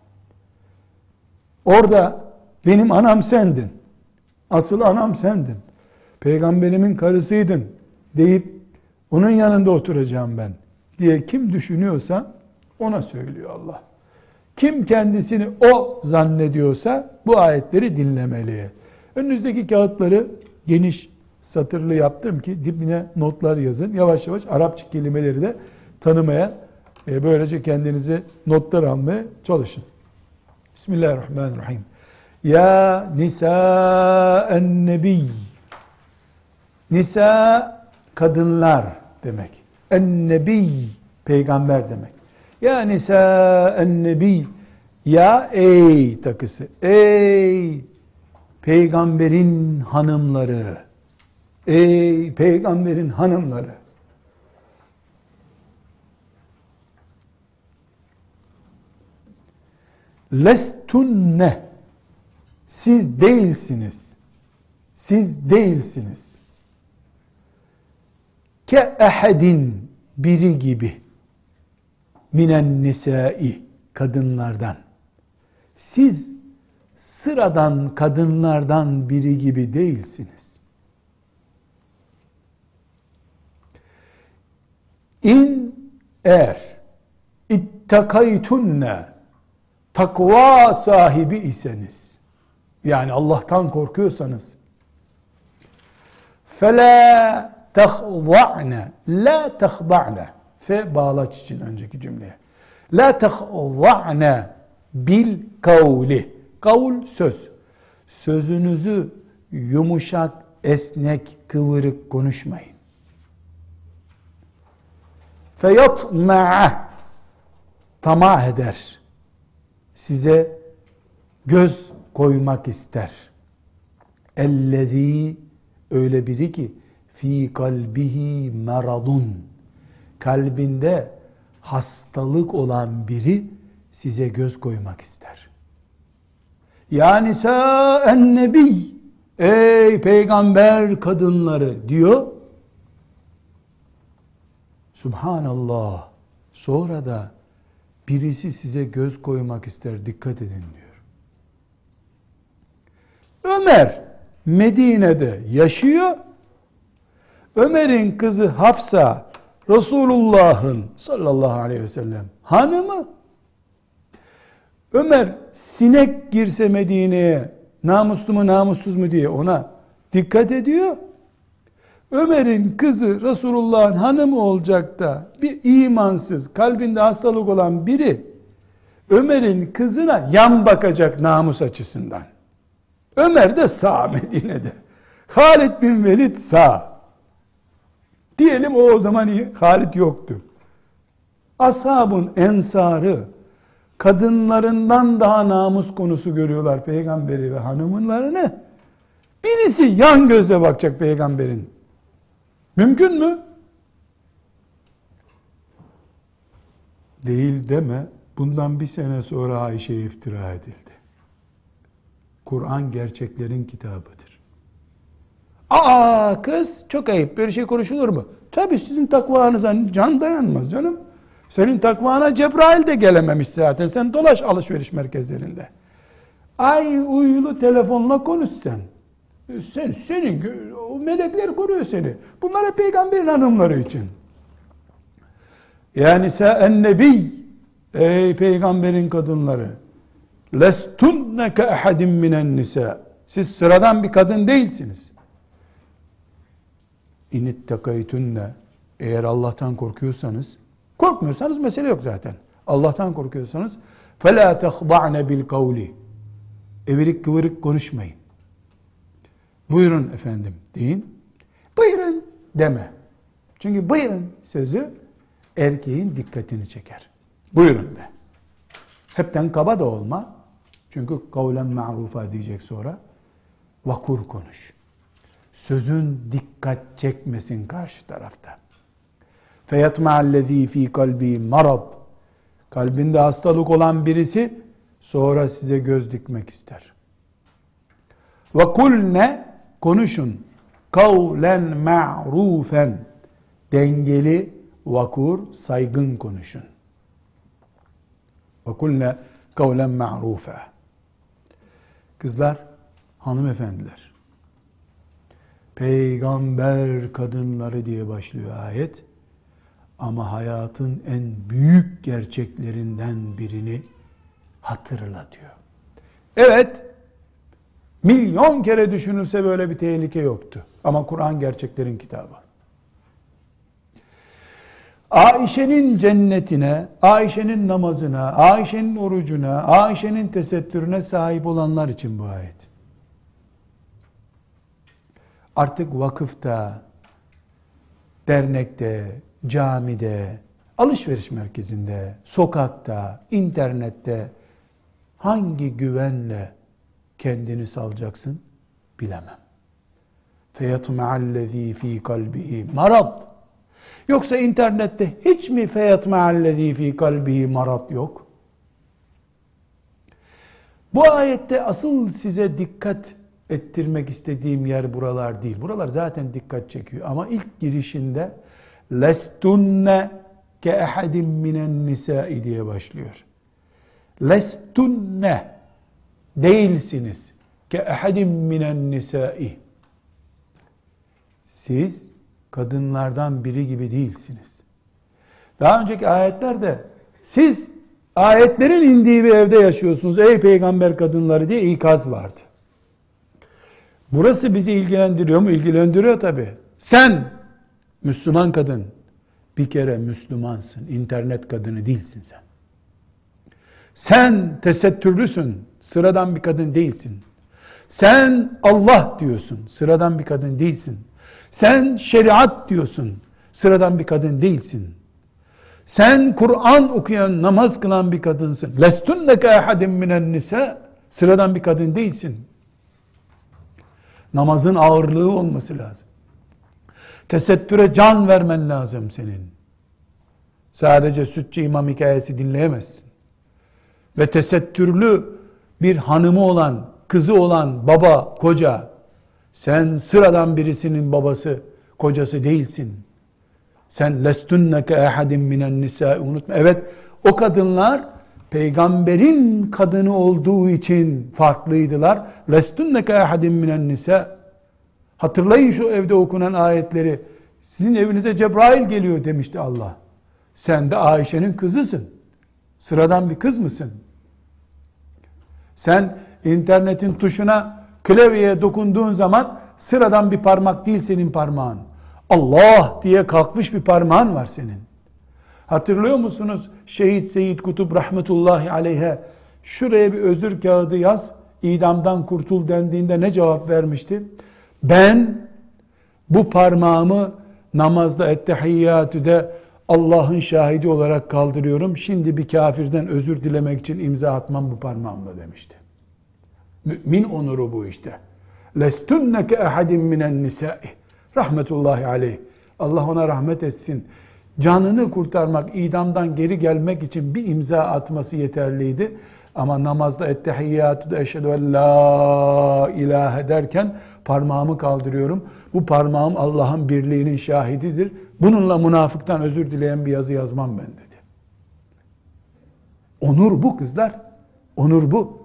Orada benim anam sendin, asıl anam sendin, peygamberimin karısıydın deyip onun yanında oturacağım ben diye kim düşünüyorsa ona söylüyor Allah. Kim kendisini o zannediyorsa bu ayetleri dinlemeli. Önünüzdeki kağıtları geniş satırlı yaptım ki dibine notlar yazın. Yavaş yavaş Arapça kelimeleri de tanımaya, e, böylece kendinize notlar almaya çalışın. Bismillahirrahmanirrahim. Ya nisa'en nebiy. Nisa kadınlar demek. En nebiy peygamber demek. Ya nisa'en nebiy. Ya ey takısı. Ey peygamberin hanımları. Ey peygamberin hanımları. Lestunne. Siz değilsiniz. Siz değilsiniz. Ke ehedin biri gibi. Minen nisai kadınlardan. Siz sıradan kadınlardan biri gibi değilsiniz. İn eğer ittakaytunne takva sahibi iseniz, yani Allah'tan korkuyorsanız, فَلَا تَخْضَعْنَ لَا تَخْضَعْنَ fe bağlaç için önceki cümleye. لَا تَخْضَعْنَ bil kavli. Kavl söz. Sözünüzü yumuşak, esnek, kıvırık konuşmayın. فَيَطْمَعَ tamah eder. Size göz koymak ister. اَلَّذ۪ي öyle biri ki fi kalbihi meradun, kalbinde hastalık olan biri size göz koymak ister. Ya nisa'en nebiy, ey peygamber kadınları diyor. Subhanallah. Sonra da birisi size göz koymak ister, dikkat edin diyor. Ömer Medine'de yaşıyor. Ömer'in kızı Hafsa, Resulullah'ın sallallahu aleyhi ve sellem hanımı. Ömer sinek girse Medine'ye namuslu mu namussuz mu diye ona dikkat ediyor. Ömer'in kızı Resulullah'ın hanımı olacak da bir imansız, kalbinde hastalık olan biri Ömer'in kızına yan bakacak namus açısından. Ömer de sağ Medine'de. Halid bin Velid sağ. Diyelim o o zaman Halid yoktu. Ashabın ensarı kadınlarından daha namus konusu görüyorlar peygamberi ve hanımlarını. Birisi yan gözle bakacak peygamberin. Mümkün mü? Değil deme. Bundan bir sene sonra Ayşe'ye iftira edildi. Kur'an gerçeklerin kitabıdır. Aa kız çok ayıp, böyle şey konuşulur mu? Tabii sizin takvanıza can dayanmaz canım. Senin takvana Cebrail de gelememiş zaten. Sen dolaş alışveriş merkezlerinde. Ay uyulu telefonla konuş sen. Sen senin o melekler koruyor seni. Bunlar hep peygamberin hanımları için. Yani sen nebi, ey peygamberin kadınları, lestunne ke ehadin minen nisa. Siz sıradan bir kadın değilsiniz. İnittakaytunne, eğer Allah'tan korkuyorsanız, korkmuyorsanız mesele yok zaten. Allah'tan korkuyorsanız فَلَا تَخْضَعْنَ بِالْقَوْلِ evirik kıvırık konuşmayın. Buyurun efendim deyin. Buyurun deme. Çünkü buyurun sözü erkeğin dikkatini çeker. Buyurun de. Hepten kaba da olma. Çünkü kavlen ma'rufa diyecek sonra. Vakur konuş. Sözün dikkat çekmesin karşı tarafta. فَيَطْمَعَ الَّذ۪ي ف۪ي قَلْب۪ي marad. Kalbinde hastalık olan birisi sonra size göz dikmek ister. وَقُلْنَ konuşun. Kavlen ma'rufen. Dengeli, vakur, saygın konuşun. وَكُلْنَا قَوْلًا مَعْرُوفًا. Kızlar, hanımefendiler, peygamber kadınları diye başlıyor ayet. Ama hayatın en büyük gerçeklerinden birini hatırlatıyor. Evet, milyon kere düşünülse böyle bir tehlike yoktu. Ama Kur'an gerçeklerin kitabı. Ayşe'nin cennetine, Ayşe'nin namazına, Ayşe'nin orucuna, Ayşe'nin tesettürüne sahip olanlar için bu ayet. Artık vakıfta, dernekte, camide, alışveriş merkezinde, sokakta, internette hangi güvenle kendini salacaksın bilemem. فَيَطْمَعَ ف۪ي قَلْبِهِ marad. Yoksa internette hiç mi فَيَطْمَعَ ف۪ي قَلْبِهِ marad yok? Bu ayette asıl size dikkat ettirmek istediğim yer buralar değil. Buralar zaten dikkat çekiyor. Ama ilk girişinde لَسْتُنَّ كَاَحَدٍ مِنَ النِّسَاءِ diye başlıyor. لَسْتُنَّ değilsiniz. كَاَحَدٍ مِنَ النِّسَاءِ siz kadınlardan biri gibi değilsiniz. Daha önceki ayetlerde siz ayetlerin indiği bir evde yaşıyorsunuz ey peygamber kadınları diye ikaz vardı. Burası bizi ilgilendiriyor mu? İlgilendiriyor tabii. Sen Müslüman kadın bir kere Müslümansın. İnternet kadını değilsin sen. Sen tesettürlüsün. Sıradan bir kadın değilsin. Sen Allah diyorsun. Sıradan bir kadın değilsin. Sen şeriat diyorsun. Sıradan bir kadın değilsin. Sen Kur'an okuyan, namaz kılan bir kadınsın. Lestunneke ahadin minen nisa. Sıradan bir kadın değilsin. Namazın ağırlığı olması lazım. Tesettüre can vermen lazım senin. Sadece sütçü imam hikayesi dinleyemezsin. Ve tesettürlü bir hanımı olan, kızı olan baba, koca, sen sıradan birisinin babası, kocası değilsin. Sen lestunneke ahadin minen nisâ'i unutma. Evet, o kadınlar peygamberin kadını olduğu için farklıydılar. Lestunneke ahadin minen nisâ. Hatırlayın şu evde okunan ayetleri. Sizin evinize Cebrail geliyor demişti Allah. Sen de Ayşe'nin kızısın. Sıradan bir kız mısın? Sen internetin tuşuna, klavyeye dokunduğun zaman sıradan bir parmak değil senin parmağın. Allah diye kalkmış bir parmağın var senin. Hatırlıyor musunuz? Şehit Seyyid Kutup rahmetullahi aleyhe şuraya bir özür kağıdı yaz, idamdan kurtul dendiğinde ne cevap vermişti? Ben bu parmağımı namazda ettehiyyatüde Allah'ın şahidi olarak kaldırıyorum. Şimdi bir kafirden özür dilemek için imza atmam bu parmağımla demişti. Mümin onuru bu işte. Lestunneke ahadin minen nisai. Rahmetullahi aleyh. Allah ona rahmet etsin. Canını kurtarmak, idamdan geri gelmek için bir imza atması yeterliydi. Ama namazda ettehiyyatü de eşhedü en la ilahe derken parmağımı kaldırıyorum. Bu parmağım Allah'ın birliğinin şahididir. Bununla münafıktan özür dileyen bir yazı yazmam ben dedi. Onur bu kızlar. Onur bu.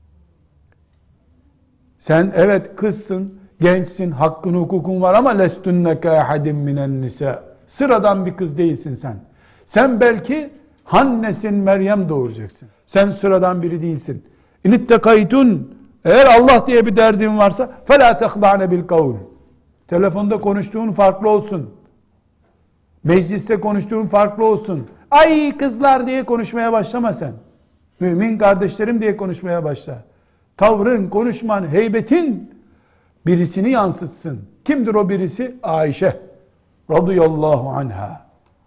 Sen evet kızsın, gençsin, hakkın hukukun var ama lestunneke ahadin minen nisa. Sıradan bir kız değilsin sen. Sen belki Hannesin, Meryem doğuracaksın. Sen sıradan biri değilsin. İnittekaytun, eğer Allah diye bir derdin varsa فَلَا تَخْضَعْنَ بِالْقَوْلِ. Telefonda konuştuğun farklı olsun. Mecliste konuştuğun farklı olsun. Ay kızlar diye konuşmaya başlama sen. Mümin kardeşlerim diye konuşmaya başla. Tavrın, konuşman, heybetin birisini yansıtsın. Kimdir o birisi? Ayşe radıyallahu anha.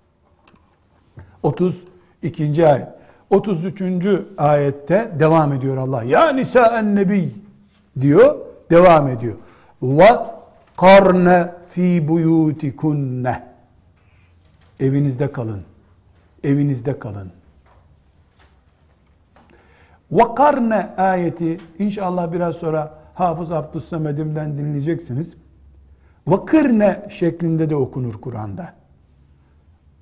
otuz ikinci ayet. otuz üçüncü ayette devam ediyor Allah. Ya nisa'en nebi diyor, devam ediyor. Ve karne fi buyutikunne. Evinizde kalın. Evinizde kalın. Ve karne ayeti inşallah biraz sonra Hafız Abdüssamed'imden dinleyeceksiniz. Ve kırne şeklinde de okunur Kur'an'da.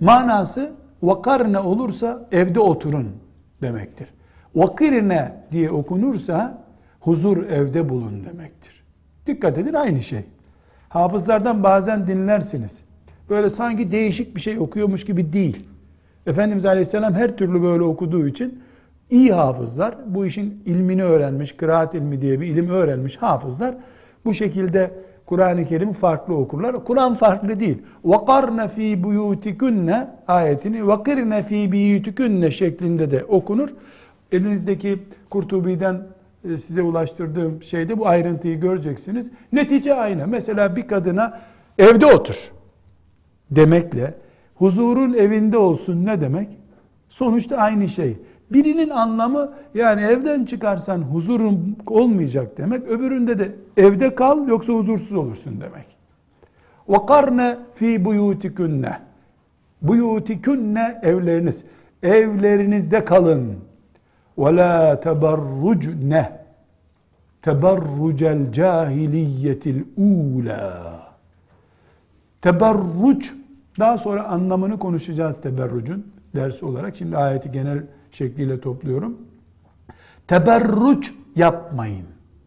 Manası vakarne olursa evde oturun demektir. Vakirne diye okunursa huzur evde bulun demektir. Dikkat edin, aynı şey. Hafızlardan bazen dinlersiniz. Böyle sanki değişik bir şey okuyormuş gibi değil. Efendimiz Aleyhisselam her türlü böyle okuduğu için iyi hafızlar, bu işin ilmini öğrenmiş, kıraat ilmi diye bir ilim öğrenmiş hafızlar bu şekilde Kur'an-ı Kerim'i farklı okurlar. Kur'an farklı değil. وَقَرْنَ ف۪ي بُيُوتِكُنَّ ayetini وَقِرْنَ ف۪ي بِيُوتِكُنَّ şeklinde de okunur. Elinizdeki Kurtubi'den size ulaştırdığım şeyde bu ayrıntıyı göreceksiniz. Netice aynı. Mesela bir kadına evde otur demekle huzurun evinde olsun ne demek? Sonuçta aynı şey. Birinin anlamı yani evden çıkarsan huzurun olmayacak demek. Öbüründe de evde kal yoksa huzursuz olursun demek. وَقَرْنَ ف۪ي بُيُوتِكُنَّ Buyutikunne evleriniz. Evlerinizde kalın. وَلَا تَبَرُّجْنَ تَبَرُّجَ الْجَاهِلِيَّةِ الْعُولَى Teberruc, daha sonra anlamını konuşacağız teberrucun dersi olarak. Şimdi ayeti genel şekliyle topluyorum. Teberruc yapmayın.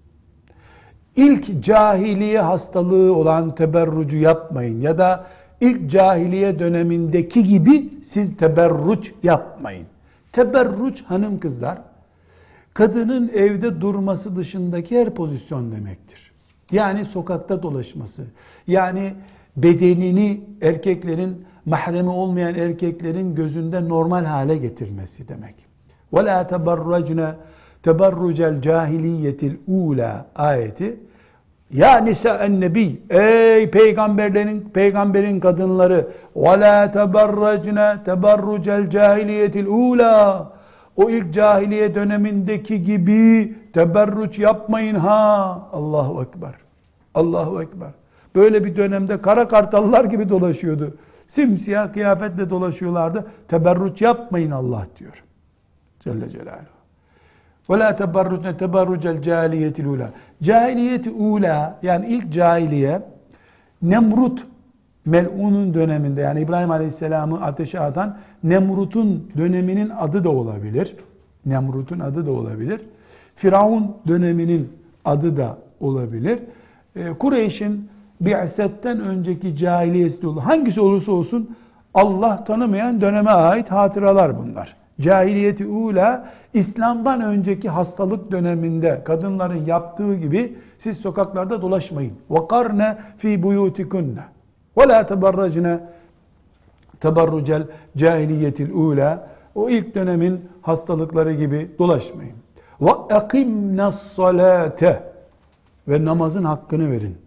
İlk cahiliye hastalığı olan teberrucu yapmayın. Ya da ilk cahiliye dönemindeki gibi siz teberruc yapmayın. Teberruc hanım kızlar, kadının evde durması dışındaki her pozisyon demektir. Yani sokakta dolaşması, yani bedenini erkeklerin, mahremi olmayan erkeklerin gözünde normal hale getirmesi demek. وَلَا تَبَرَّجْنَا تَبَرُّجَ الْجَاهِلِيَّةِ الْعُولَى ayeti, ya nisa-en nebi, ey peygamberlerin peygamberin kadınları, وَلَا تَبَرَّجْنَا تَبَرُّجَ الْجَاهِلِيَّةِ الْعُولَى o ilk cahiliye dönemindeki gibi teberruç yapmayın ha. Allahu Ekber. Allahu Ekber. Böyle bir dönemde kara kartallar gibi dolaşıyordu. Simsiyah kıyafetle dolaşıyorlardı. Teberruç yapmayın Allah diyor. Celle Celaluhu. Ve la teberrucne teberrucel cahiliyetil ula. Cahiliyeti ula yani ilk cahiliye Nemrut mel'unun döneminde yani İbrahim Aleyhisselam'ı ateşe atan Nemrut'un döneminin adı da olabilir. Nemrut'un adı da olabilir. Firavun döneminin adı da olabilir. Kureyş'in bi'setten önceki cahiliyesi de olur. Hangisi olursa olsun Allah tanımayan döneme ait hatıralar bunlar. Cahiliyeti ula, İslam'dan önceki hastalık döneminde kadınların yaptığı gibi siz sokaklarda dolaşmayın. وَقَرْنَ ف۪ي بُيُوتِكُنَّ وَلَا تَبَرَّجْنَ تَبَرُّجَ الْجَاهِلِيَّةِ الْعُولَى o ilk dönemin hastalıkları gibi dolaşmayın. وَاَقِمْنَ الصَّلَاةَ ve namazın hakkını verin.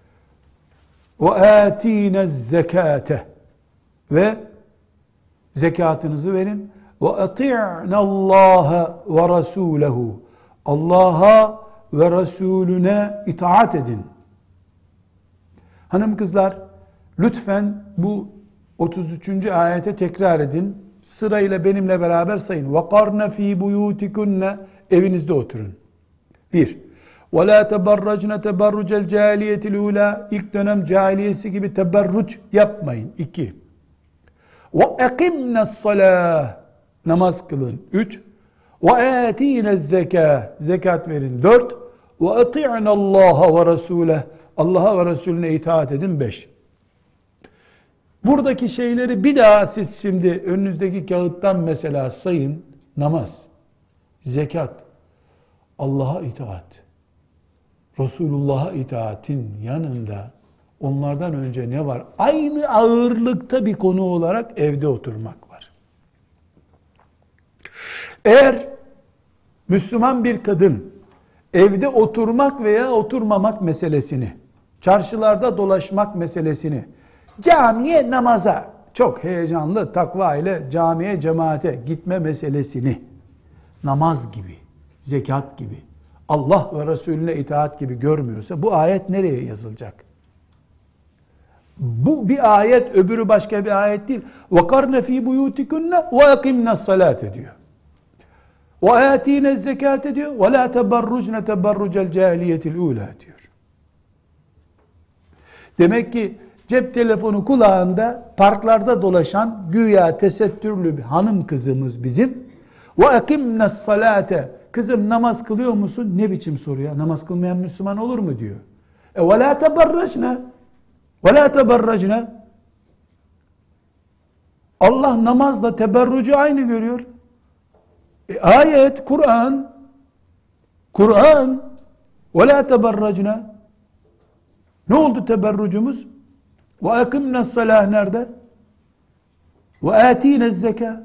وَآتِينَ الزَّكَاةَ ve zekatınızı verin. وَاَطِعْنَ اللّٰهَ وَرَسُولَهُ Allah'a ve Resulüne itaat edin. Hanım kızlar, lütfen bu otuz üçüncü ayete tekrar edin. Sırayla benimle beraber sayın. وَقَرْنَ ف۪ي بُيُوتِكُنَّ evinizde oturun. Bir. وَلَا تَبَرَّجْنَ تَبَرُّجَ الْجَاهِلِيَةِ الْعُولَى ilk dönem cahiliyesi gibi teberruç yapmayın. İki. وَاَقِمْنَ الصَّلَاةِ namaz kılın. Üç. وَاَتِينَ الزَّكَاةِ zekat verin. Dört. وَاَطِعْنَ اللّٰهَ وَرَسُولَهُ Allah'a ve Resulüne itaat edin. Beş. Buradaki şeyleri bir daha siz şimdi önünüzdeki kağıttan mesela sayın. Namaz, zekat, Allah'a itaat, Resulullah'a itaatin yanında onlardan önce ne var? Aynı ağırlıkta bir konu olarak evde oturmak var. Eğer Müslüman bir kadın evde oturmak veya oturmamak meselesini, çarşılarda dolaşmak meselesini, camiye namaza, çok heyecanlı takva ile camiye cemaate gitme meselesini, namaz gibi, zekat gibi, Allah ve Resulüne itaat gibi görmüyorsa bu ayet nereye yazılacak? Bu bir ayet, öbürü başka bir ayet değil. وَقَرْنَ ف۪ي بُيُوتِكُنَّ وَاَقِمْنَ الصَّلَاةِ diyor. وَاَتِينَ الزَّكَاةِ diyor. وَلَا تَبَرُّجْنَ تَبَرُّجَ الْجَاهِلِيَةِ الْعُولَى diyor. Demek ki cep telefonu kulağında parklarda dolaşan güya tesettürlü bir hanım kızımız bizim. Ve ekimnes salate. Kızım namaz kılıyor musun? Ne biçim soru ya? Namaz kılmayan Müslüman olur mu diyor. E ve la teberracne. Ve la teberracne. Allah namazla teberrucu aynı görüyor. E, ayet, Kur'an, Kur'an, ve la teberracne. Ne oldu teberrucumuz? Ve ekimnes salah nerede? Ve atinez zeka.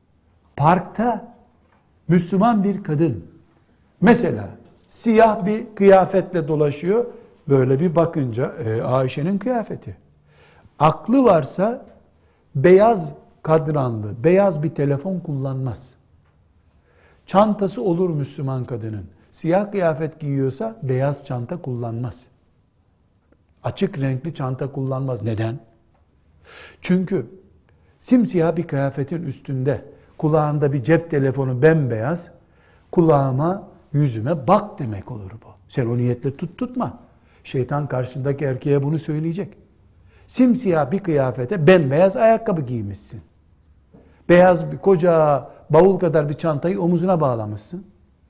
Parkta Müslüman bir kadın mesela siyah bir kıyafetle dolaşıyor. Böyle bir bakınca e, Ayşe'nin kıyafeti. Aklı varsa beyaz kadranlı, beyaz bir telefon kullanmaz. Çantası olur Müslüman kadının. Siyah kıyafet giyiyorsa beyaz çanta kullanmaz. Açık renkli çanta kullanmaz. Neden? Çünkü simsiyah bir kıyafetin üstünde kulağında bir cep telefonu bembeyaz, kulağıma, yüzüme bak demek olur bu. Sen o niyetle tut tutma. Şeytan karşındaki erkeğe bunu söyleyecek. Simsiyah bir kıyafete bembeyaz ayakkabı giymişsin. Beyaz bir koca bavul kadar bir çantayı omuzuna bağlamışsın.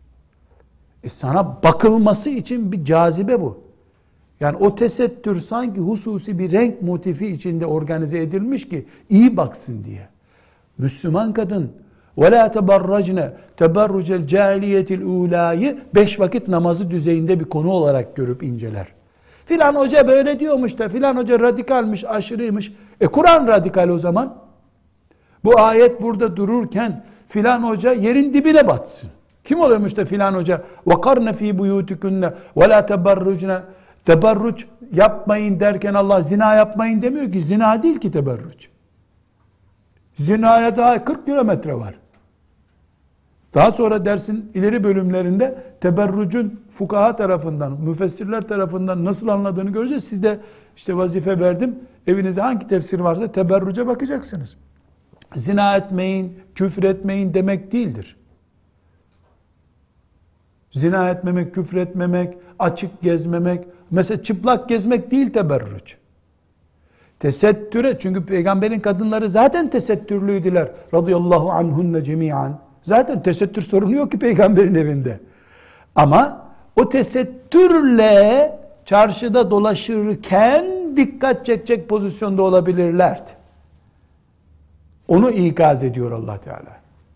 E sana bakılması için bir cazibe bu. Yani o tesettür sanki hususi bir renk motifi içinde organize edilmiş ki iyi baksın diye. Müslüman kadın وَلَا تَبَرَّجْنَ تَبَرُّجَ الْجَاهِلِيَةِ الْعُولَٰيِ beş vakit namazı düzeyinde bir konu olarak görüp inceler. Filan hoca böyle diyormuş da filan hoca radikalmiş, aşırıymış. E Kur'an radikal o zaman. Bu ayet burada dururken filan hoca yerin dibine batsın. Kim oluyormuş da filan hoca وَقَرْنَ ف۪ي بُيُوتِكُنَّ وَلَا تَبَرُّجْنَ teberruç yapmayın derken Allah zina yapmayın demiyor ki. Zina değil ki teberruç. Zinaya daha kırk kilometre var. Daha sonra dersin ileri bölümlerinde teberrucun fukaha tarafından, müfessirler tarafından nasıl anladığını göreceğiz. Siz de işte vazife verdim. Evinizde hangi tefsir varsa teberruca bakacaksınız. Zina etmeyin, küfür etmeyin demek değildir. Zina etmemek, küfür etmemek, açık gezmemek, mesela çıplak gezmek değil teberruç. Tesettüre, çünkü peygamberin kadınları zaten tesettürlüydüler. Radıyallahu anhunne cemiyan. Zaten tesettür sorunu yok ki peygamberin evinde. Ama o tesettürle çarşıda dolaşırken dikkat çekecek pozisyonda olabilirlerdi. Onu ikaz ediyor Allah Teala.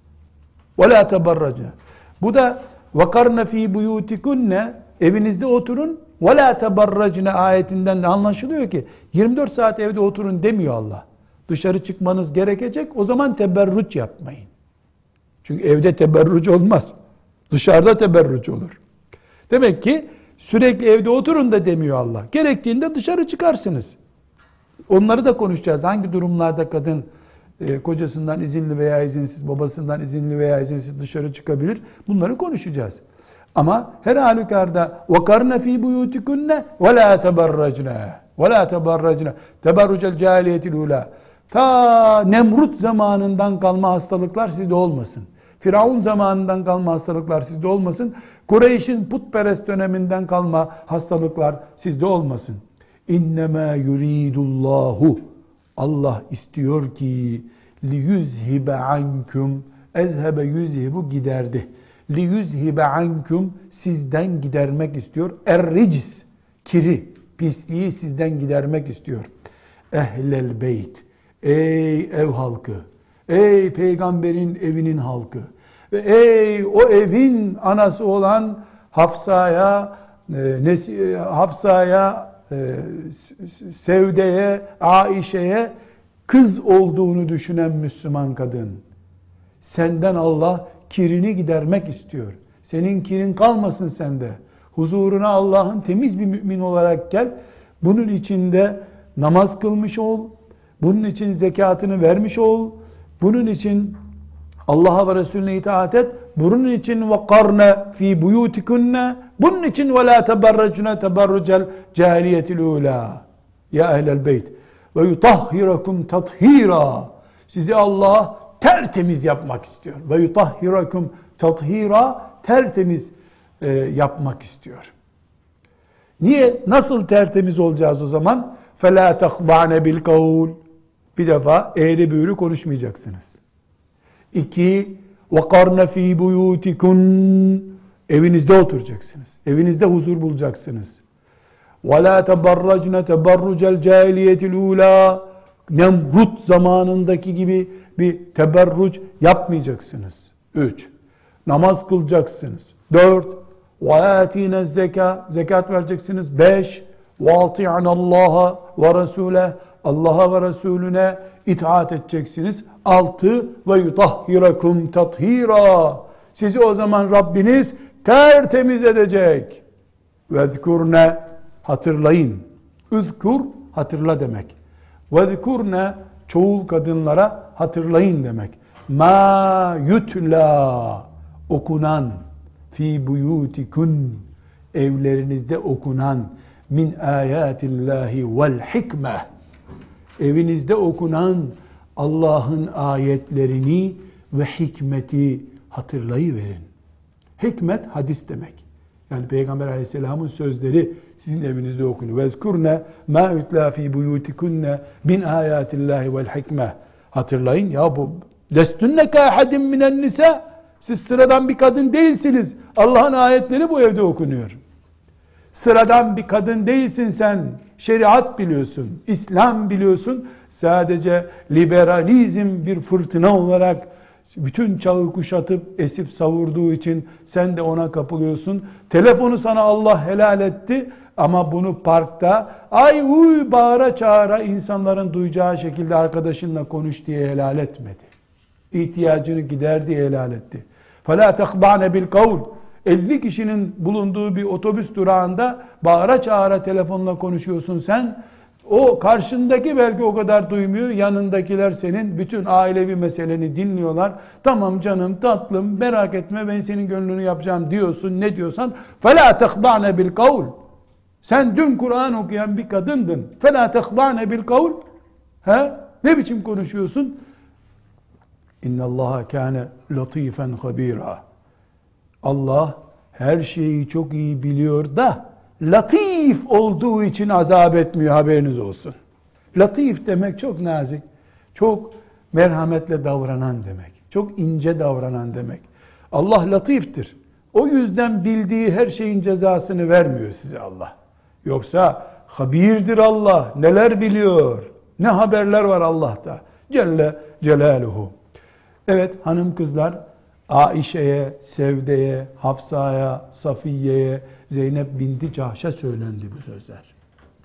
وَلَا تَبَرَّجْنَ. Bu da وَقَرْنَ ف۪ي بُيُوتِكُنَّ. Evinizde oturun. وَلَا تَبَرَّجْنَ ayetinden de anlaşılıyor ki yirmi dört saat evde oturun demiyor Allah. Dışarı çıkmanız gerekecek. O zaman teberruç yapmayın. Çünkü evde teberruç olmaz. Dışarıda teberruç olur. Demek ki sürekli evde oturun da demiyor Allah. Gerektiğinde dışarı çıkarsınız. Onları da konuşacağız. Hangi durumlarda kadın e, kocasından izinli veya izinsiz, babasından izinli veya izinsiz dışarı çıkabilir? Bunları konuşacağız. Ama her halükarda وَقَرْنَ ف۪ي بُيُوتِكُنَّ وَلَا تَبَرَّجْنَا وَلَا تَبَرَّجْنَا تَبَرُّجَ الْجَاهِلِيَةِ الْعُولَى. Ta Nemrut zamanından kalma hastalıklar sizde olmasın. Firavun zamanından kalma hastalıklar sizde olmasın. Kureyş'in putperest döneminden kalma hastalıklar sizde olmasın. İnnemâ yuridullahu. Allah istiyor ki liyuzhibe ankum. Ezhebe yuzhibu giderdi. Liyuzhibe ankum, sizden gidermek istiyor. Er-ricis, kiri, pisliği sizden gidermek istiyor. Ehlel beyt, ey ev halkı, ey peygamberin evinin halkı ve ey o evin anası olan Hafsa'ya, e, Hafsa'ya, e, Sevde'ye, Aişe'ye kız olduğunu düşünen Müslüman kadın. Senden Allah kirini gidermek istiyor. Senin kirin kalmasın sende. Huzuruna Allah'ın temiz bir mümin olarak gel. Bunun içinde namaz kılmış ol. Bunun için zekatını vermiş ol. Bunun için Allah'a ve Resulüne itaat et. Bunun için وَقَرْنَ ف۪ي بُيُوتِكُنَّ. Bunun için وَلَا تَبَرَّجْنَ تَبَرُّجَ الْجَاهِلِيَةِ الْعُولَى. Ya ehlel beyt. وَيُطَهِّرَكُمْ تَطْهِيرًا. Sizi Allah tertemiz yapmak istiyor. وَيُطَهِّرَكُمْ تَطْهِيرًا. Tertemiz e, yapmak istiyor. Niye? Nasıl tertemiz olacağız o zaman? فَلَا تَخْضَعْنَ بِالْقَوْلِ Bir defa eğri büğrü konuşmayacaksınız. İki, وَقَرْنَ ف۪ي بُيُوتِكُنْ Evinizde oturacaksınız. Evinizde huzur bulacaksınız. وَلَا تَبَرَّجْنَ تَبَرُّجَ الْجَاهِلِيَةِ الْعُولَى Nemrut zamanındaki gibi bir teberruc yapmayacaksınız. Üç, namaz kılacaksınız. Dört, وَآتِينَ الزَّكَى Zekat vereceksiniz. Beş, وَاطِعْنَ اللّٰهَ وَرَسُولَهِ Allah'a ve Resulüne itaat edeceksiniz. Altı, وَيُطَهِّرَكُمْ تَطْهِيرًا Sizi o zaman Rabbiniz tertemiz edecek. وَذْكُرْنَ Hatırlayın. Üzkur hatırla demek. وَذْكُرْنَ çoğul kadınlara hatırlayın demek. Ma yutla okunan fi buyutikun evlerinizde okunan min ayatillahi vel hikme evinizde okunan Allah'ın ayetlerini ve hikmeti hatırlayıverin. Hikmet hadis demek. Yani Peygamber Aleyhisselam'ın sözleri sizin evinizde okunuyor. Vezkurne ma yutla fi buyutikunne min ayatillahi vel hikme. Hatırlayın ya bu lestunne ka ahadin minen nisa. Siz sıradan bir kadın değilsiniz. Allah'ın ayetleri bu evde okunuyor. Sıradan bir kadın değilsin sen. Şeriat biliyorsun, İslam biliyorsun. Sadece liberalizm bir fırtına olarak bütün çağı kuşatıp esip savurduğu için sen de ona kapılıyorsun. Telefonu sana Allah helal etti ama bunu parkta ay uy bağıra çağıra insanların duyacağı şekilde arkadaşınla konuş diye helal etmedi. İhtiyacını gider diye helal etti. فَلَا تَخْضَعْنَ بِالْقَوْلِ elli kişinin bulunduğu bir otobüs durağında bağıra çağıra telefonla konuşuyorsun sen. O karşındaki belki o kadar duymuyor. Yanındakiler senin bütün ailevi meseleni dinliyorlar. Tamam canım tatlım merak etme ben senin gönlünü yapacağım diyorsun. Ne diyorsan فَلَا تَخْضَعْنَ بِالْقَوْلِ Sen dün Kur'an okuyan bir kadındın. فَلَا تَخْضَعْنَ بِالْقَوْلِ He? Ne biçim konuşuyorsun? اِنَّ اللّٰهَ كَانَ لَطِيفًا خَب۪يرًا Allah her şeyi çok iyi biliyor da latif olduğu için azap etmiyor, haberiniz olsun. Latif demek çok nazik, çok merhametle davranan demek. Çok ince davranan demek. Allah latiftir. O yüzden bildiği her şeyin cezasını vermiyor size Allah. Yoksa habirdir Allah. Neler biliyor? Ne haberler var Allah'ta? Celle Celaluhu. Evet hanım kızlar, Aişe'ye, Sevde'ye, Hafsa'ya, Safiye'ye, Zeynep binti Cahş'a söylendi bu sözler.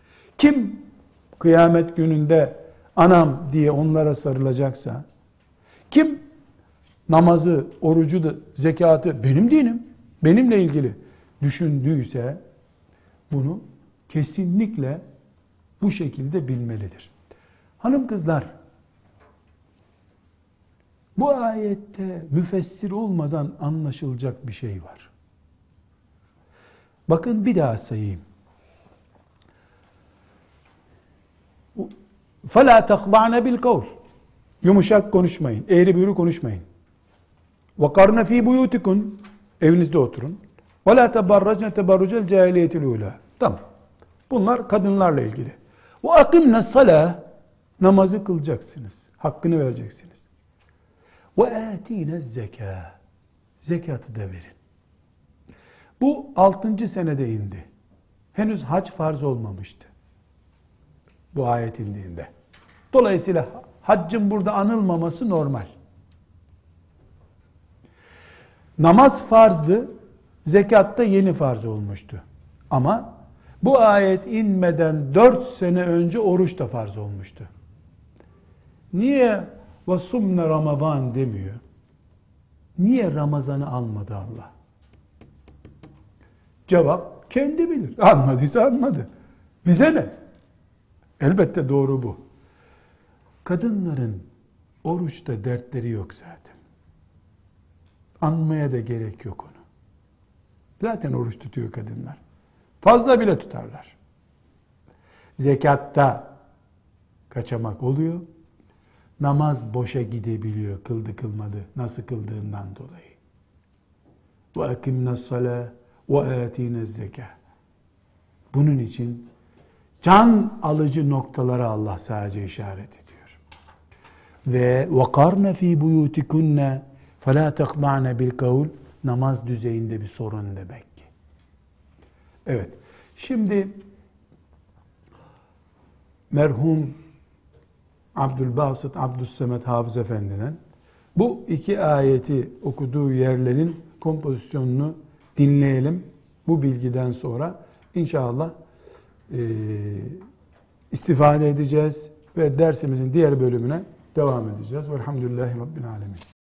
Kim kıyamet gününde anam diye onlara sarılacaksa, kim namazı, orucu da, zekatı benim dinim, benimle ilgili düşündüyse bunu kesinlikle bu şekilde bilmelidir. Hanım kızlar, bu ayette müfessir olmadan anlaşılacak bir şey var. Bakın bir daha sayayım. فَلَا تَخْضَعْنَ بِالْقَوْلِ Yumuşak konuşmayın, eğri büğrü konuşmayın. وَقَرْنَ ف۪ي بُيُوتِكُنْ Evinizde oturun. وَلَا تَبَرَّجْنَ تَبَرُّجَ الْجَاهِلِيَّةِ الْعُولَى Tamam. Bunlar kadınlarla ilgili. وَاَقِمْنَ الصَّلَاةِ Namazı kılacaksınız. Hakkını vereceksiniz. وَاَتِينَ الزَّكَاةِ Zekatı da verin. Bu altıncı senede indi. Henüz hac farz olmamıştı. Bu ayet indiğinde. Dolayısıyla haccın burada anılmaması normal. Namaz farzdı, zekat da yeni farz olmuştu. Ama bu ayet inmeden dört sene önce oruç da farz olmuştu. Niye وَسُمْنَ Ramazan demiyor? Niye Ramazan'ı almadı Allah? Cevap kendi bilir. Almadıysa almadı. Bize ne? Elbette doğru bu. Kadınların oruçta dertleri yok zaten. Anmaya da gerek yok onu. Zaten oruç tutuyor kadınlar. Fazla bile tutarlar. Zekatta kaçamak oluyor. Namaz boşa gidebiliyor, kıldı kılmadı, nasıl kıldığından dolayı. وَاَقِمْنَا الصَّلَاةِ وَاَتِينَ الزَّكَاةِ Bunun için can alıcı noktalara Allah sadece işaret ediyor. Ve وَقَرْنَ ف۪ي بُيُوتِكُنَّ فَلَا تَخْضَعْنَ بِالْقَوْلِ namaz düzeyinde bir sorun demek ki. Evet. Şimdi merhum Abdülbasit Abdüssemet Hafız Efendi'nin bu iki ayeti okuduğu yerlerin kompozisyonunu dinleyelim. Bu bilgiden sonra inşallah e, istifade edeceğiz ve dersimizin diğer bölümüne devam edeceğiz. Velhamdülillahi Rabbil Alemin.